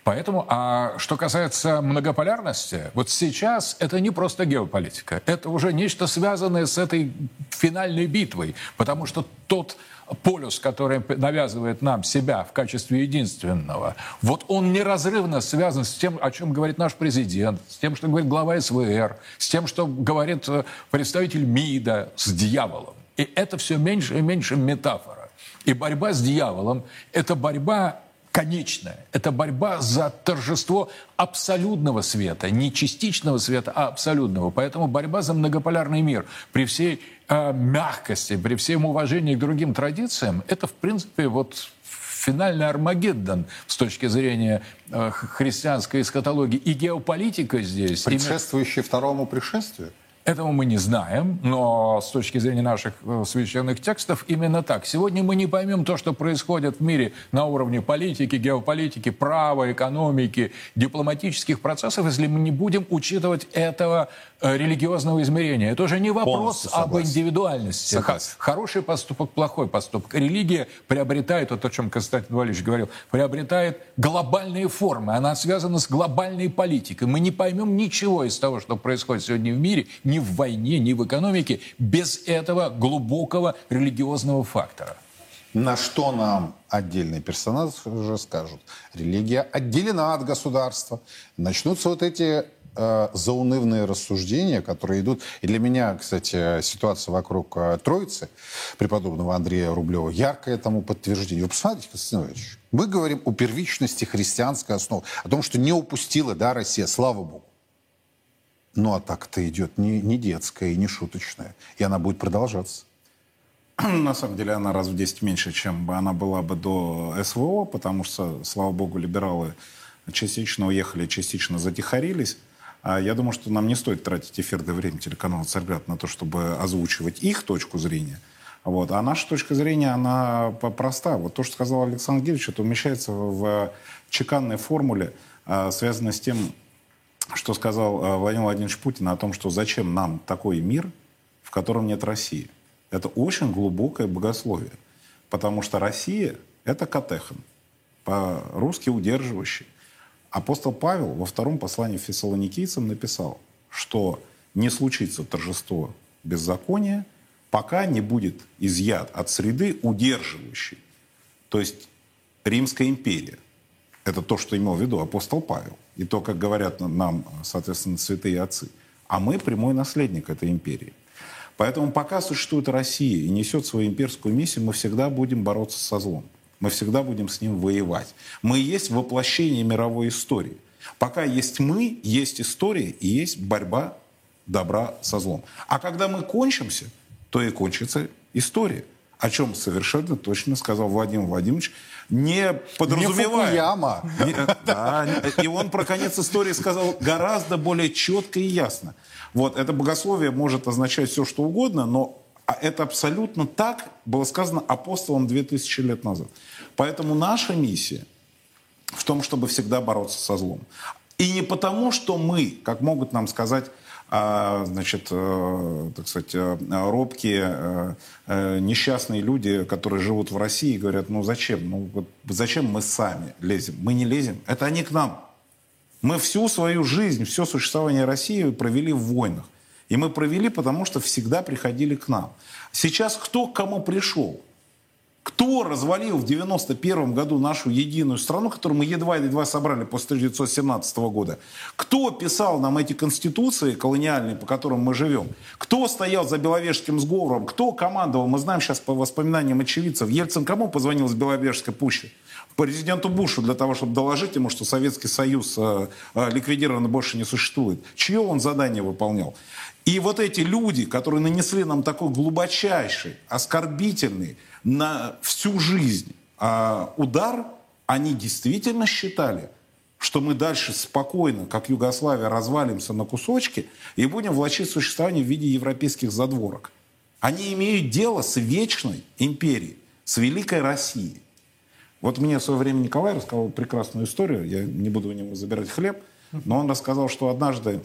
Поэтому, а что касается многополярности, вот сейчас это не просто геополитика, это уже нечто связанное с этой финальной битвой, потому что тот полюс, который навязывает нам себя в качестве единственного, вот он неразрывно связан с тем, о чем говорит наш президент, с тем, что говорит глава СВР, с тем, что говорит представитель МИДа, с дьяволом. И это все меньше и меньше метафора. И борьба с дьяволом – это борьба конечная. Это борьба за торжество абсолютного света, не частичного света, а абсолютного. Поэтому борьба за многополярный мир при всей э, мягкости, при всем уважении к другим традициям, это, в принципе, вот финальный Армагеддон с точки зрения э, христианской эсхатологии. И геополитика здесь... Предшествующая второму пришествию? Этого мы не знаем, но с точки зрения наших священных текстов именно так. Сегодня мы не поймем то, что происходит в мире на уровне политики, геополитики, права, экономики, дипломатических процессов, если мы не будем учитывать этого религиозного измерения. Это уже не вопрос об индивидуальности. Согласен. Хороший поступок, плохой поступок. Религия приобретает, вот о чем Константин Валерьевич говорил, приобретает глобальные формы. Она связана с глобальной политикой. Мы не поймем ничего из того, что происходит сегодня в мире, ни в войне, ни в экономике, без этого глубокого религиозного фактора. На что нам отдельные персонажи уже скажут. Религия отделена от государства. Начнутся вот эти э, заунывные рассуждения, которые идут. И для меня, кстати, ситуация вокруг э, Троицы, преподобного Андрея Рублева, яркое тому подтверждение. Вы посмотрите, Константин Иванович, мы говорим о первичности христианской основы, о том, что не упустила, да, Россия, слава Богу. Ну, а так-то идет не, не детская и не шуточная. И она будет продолжаться. На самом деле она раз в десять меньше, чем бы она была бы до СВО, потому что, слава богу, либералы частично уехали, частично затихарились. А я думаю, что нам не стоит тратить эфирное время телеканала «Царьград» на то, чтобы озвучивать их точку зрения. Вот. А наша точка зрения, она проста. Вот то, что сказал Александр Георгиевич, это умещается в чеканной формуле, связанной с тем, что сказал Владимир Владимирович Путин о том, что зачем нам такой мир, в котором нет России. Это очень глубокое богословие. Потому что Россия – это катехон, по-русски удерживающий. Апостол Павел во втором послании фессалоникийцам написал, что не случится торжество беззакония, пока не будет изъят от среды удерживающий. То есть Римская империя. Это то, что имел в виду апостол Павел. И то, как говорят нам, соответственно, святые отцы. А мы прямой наследник этой империи. Поэтому пока существует Россия и несет свою имперскую миссию, мы всегда будем бороться со злом. Мы всегда будем с ним воевать. Мы есть воплощение мировой истории. Пока есть мы, есть история и есть борьба добра со злом. А когда мы кончимся, то и кончится история. О чем совершенно точно сказал Владимир Владимирович, не подразумевая. Не Фукуяма. Не, да, и он про конец истории сказал гораздо более четко и ясно. Вот, это богословие может означать все, что угодно, но это абсолютно так было сказано апостолом две тысячи лет назад. Поэтому наша миссия в том, чтобы всегда бороться со злом. И не потому, что мы, как могут нам сказать, а, значит, э, так сказать, э, робкие, э, э, несчастные люди, которые живут в России, говорят, ну зачем? Ну, вот, зачем мы сами лезем? Мы не лезем, это они к нам. Мы всю свою жизнь, все существование России провели в войнах. И мы провели, потому что всегда приходили к нам. Сейчас кто к кому пришел? Кто развалил в девяносто первом году нашу единую страну, которую мы едва-едва собрали после тысяча девятьсот семнадцатого года? Кто писал нам эти конституции колониальные, по которым мы живем? Кто стоял за Беловежским сговором? Кто командовал? Мы знаем сейчас по воспоминаниям очевидцев. Ельцин кому позвонил с Беловежской пущи? Президенту Бушу для того, чтобы доложить ему, что Советский Союз э, э, ликвидирован и больше не существует. Чье он задание выполнял? И вот эти люди, которые нанесли нам такой глубочайший, оскорбительный на всю жизнь э, удар, они действительно считали, что мы дальше спокойно, как Югославия, развалимся на кусочки и будем влачить существование в виде европейских задворок. Они имеют дело с вечной империей, с великой Россией. Вот мне в свое время Николай рассказал прекрасную историю, я не буду у него забирать хлеб, но он рассказал, что однажды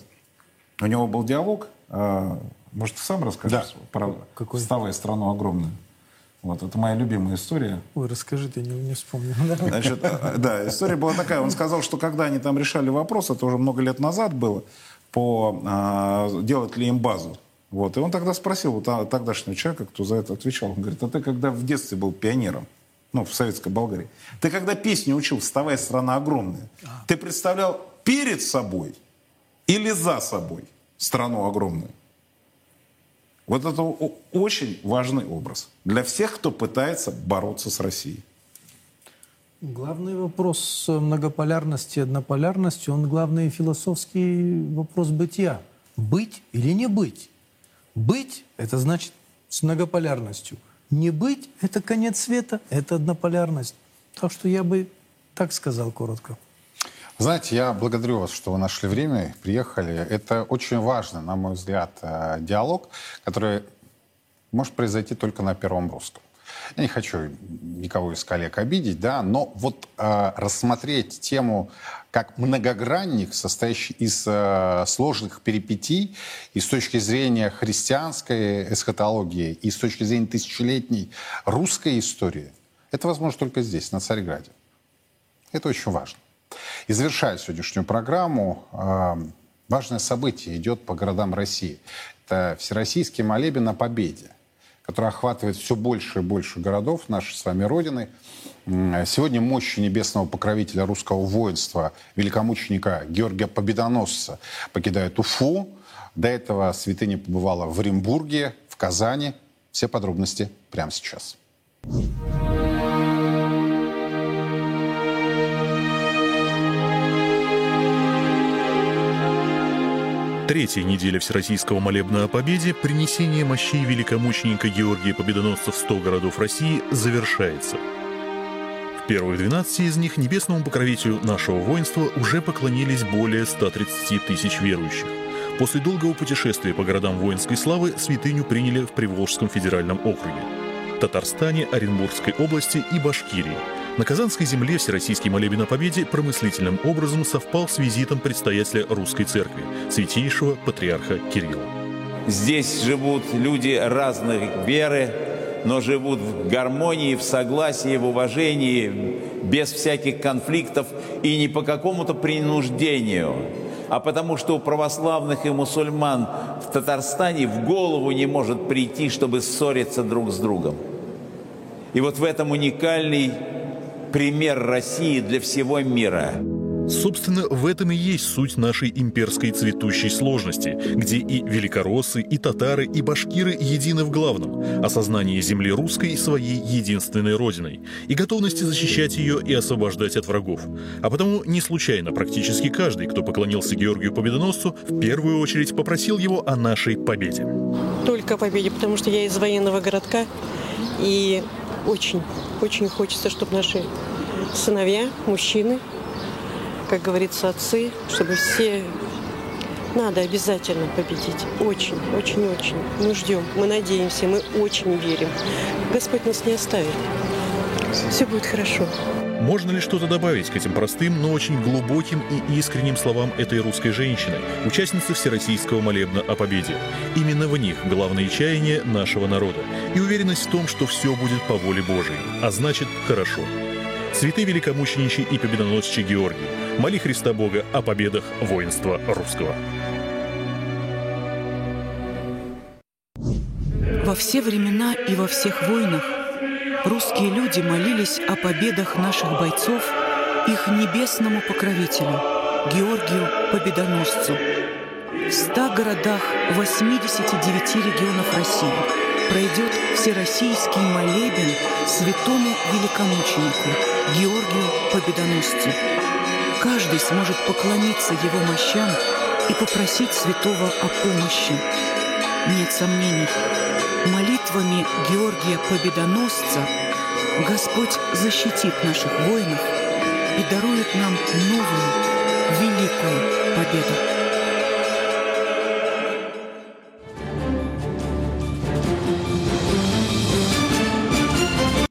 у него был диалог, может, ты сам расскажешь? Да. Про Какой? «Вставай, страну огромную». Вот, это моя любимая история. Ой, расскажи, ты не, не вспомнил. Значит, да, история была такая. Он сказал, что когда они там решали вопрос, это уже много лет назад было, по а, делать ли им базу. Вот, и он тогда спросил вот, а, тогдашнего человека, кто за это отвечал. Он говорит, а ты когда в детстве был пионером, ну, в советской Болгарии, ты когда песню учил «Вставай, страна огромная», ты представлял перед собой или за собой страну огромную? Вот это очень важный образ для всех, кто пытается бороться с Россией. Главный вопрос многополярности и однополярности, он главный философский вопрос бытия. Быть или не быть? Быть – это значит с многополярностью. Не быть – это конец света, это однополярность. Так что я бы так сказал коротко. Знаете, я благодарю вас, что вы нашли время, приехали. Это очень важно, на мой взгляд, диалог, который может произойти только на Первом Русском. Я не хочу никого из коллег обидеть, да, но вот э, рассмотреть тему как многогранник, состоящий из э, сложных перипетий, и с точки зрения христианской эсхатологии, и с точки зрения тысячелетней русской истории, это возможно только здесь, на Царьграде. Это очень важно. И завершая сегодняшнюю программу, э, важное событие идет по городам России. Это Всероссийский молебен о победе, который охватывает все больше и больше городов нашей с вами Родины. Сегодня мощи небесного покровителя русского воинства, великомученика Георгия Победоносца, покидает Уфу. До этого святыня побывала в Оренбурге, в Казани. Все подробности прямо сейчас. Третья неделя Всероссийского молебна о победе, принесение мощей великомученика Георгия Победоносца в сто городов России завершается. В первых двенадцати из них небесному покровителю нашего воинства уже поклонились более ста тридцати тысяч верующих. После долгого путешествия по городам воинской славы святыню приняли в Приволжском федеральном округе, Татарстане, Оренбургской области и Башкирии. На Казанской земле Всероссийский молебен о победе промыслительным образом совпал с визитом предстоятеля Русской Церкви, святейшего патриарха Кирилла. Здесь живут люди разной веры, но живут в гармонии, в согласии, в уважении, без всяких конфликтов и не по какому-то принуждению, а потому что у православных и мусульман в Татарстане в голову не может прийти, чтобы ссориться друг с другом. И вот в этом уникальный пример России для всего мира. Собственно, в этом и есть суть нашей имперской цветущей сложности, где и великороссы, и татары, и башкиры едины в главном – осознании земли русской своей единственной родиной и готовности защищать ее и освобождать от врагов. А потому не случайно практически каждый, кто поклонился Георгию Победоносцу, в первую очередь попросил его о нашей победе. Только о победе, потому что я из военного городка, и очень, очень хочется, чтобы наши сыновья, мужчины, как говорится, отцы, чтобы все... Надо обязательно победить. Очень, очень, очень. Мы ждем, мы надеемся, мы очень верим. Господь нас не оставит. Все будет хорошо. Можно ли что-то добавить к этим простым, но очень глубоким и искренним словам этой русской женщины, участницы Всероссийского молебна о победе? Именно в них главное чаяние нашего народа и уверенность в том, что все будет по воле Божией, а значит, хорошо. Святый великомученичий и победоносчий Георгий, моли Христа Бога о победах воинства русского. Во все времена и во всех войнах русские люди молились о победах наших бойцов их небесному покровителю, Георгию Победоносцу. В ста городах восьмидесяти девяти регионов России пройдет всероссийский молебен святому великомученику Георгию Победоносцу. Каждый сможет поклониться его мощам и попросить святого о помощи. Нет сомнений, молитвами Георгия Победоносца Господь защитит наших воинов и дарует нам новую, великую победу.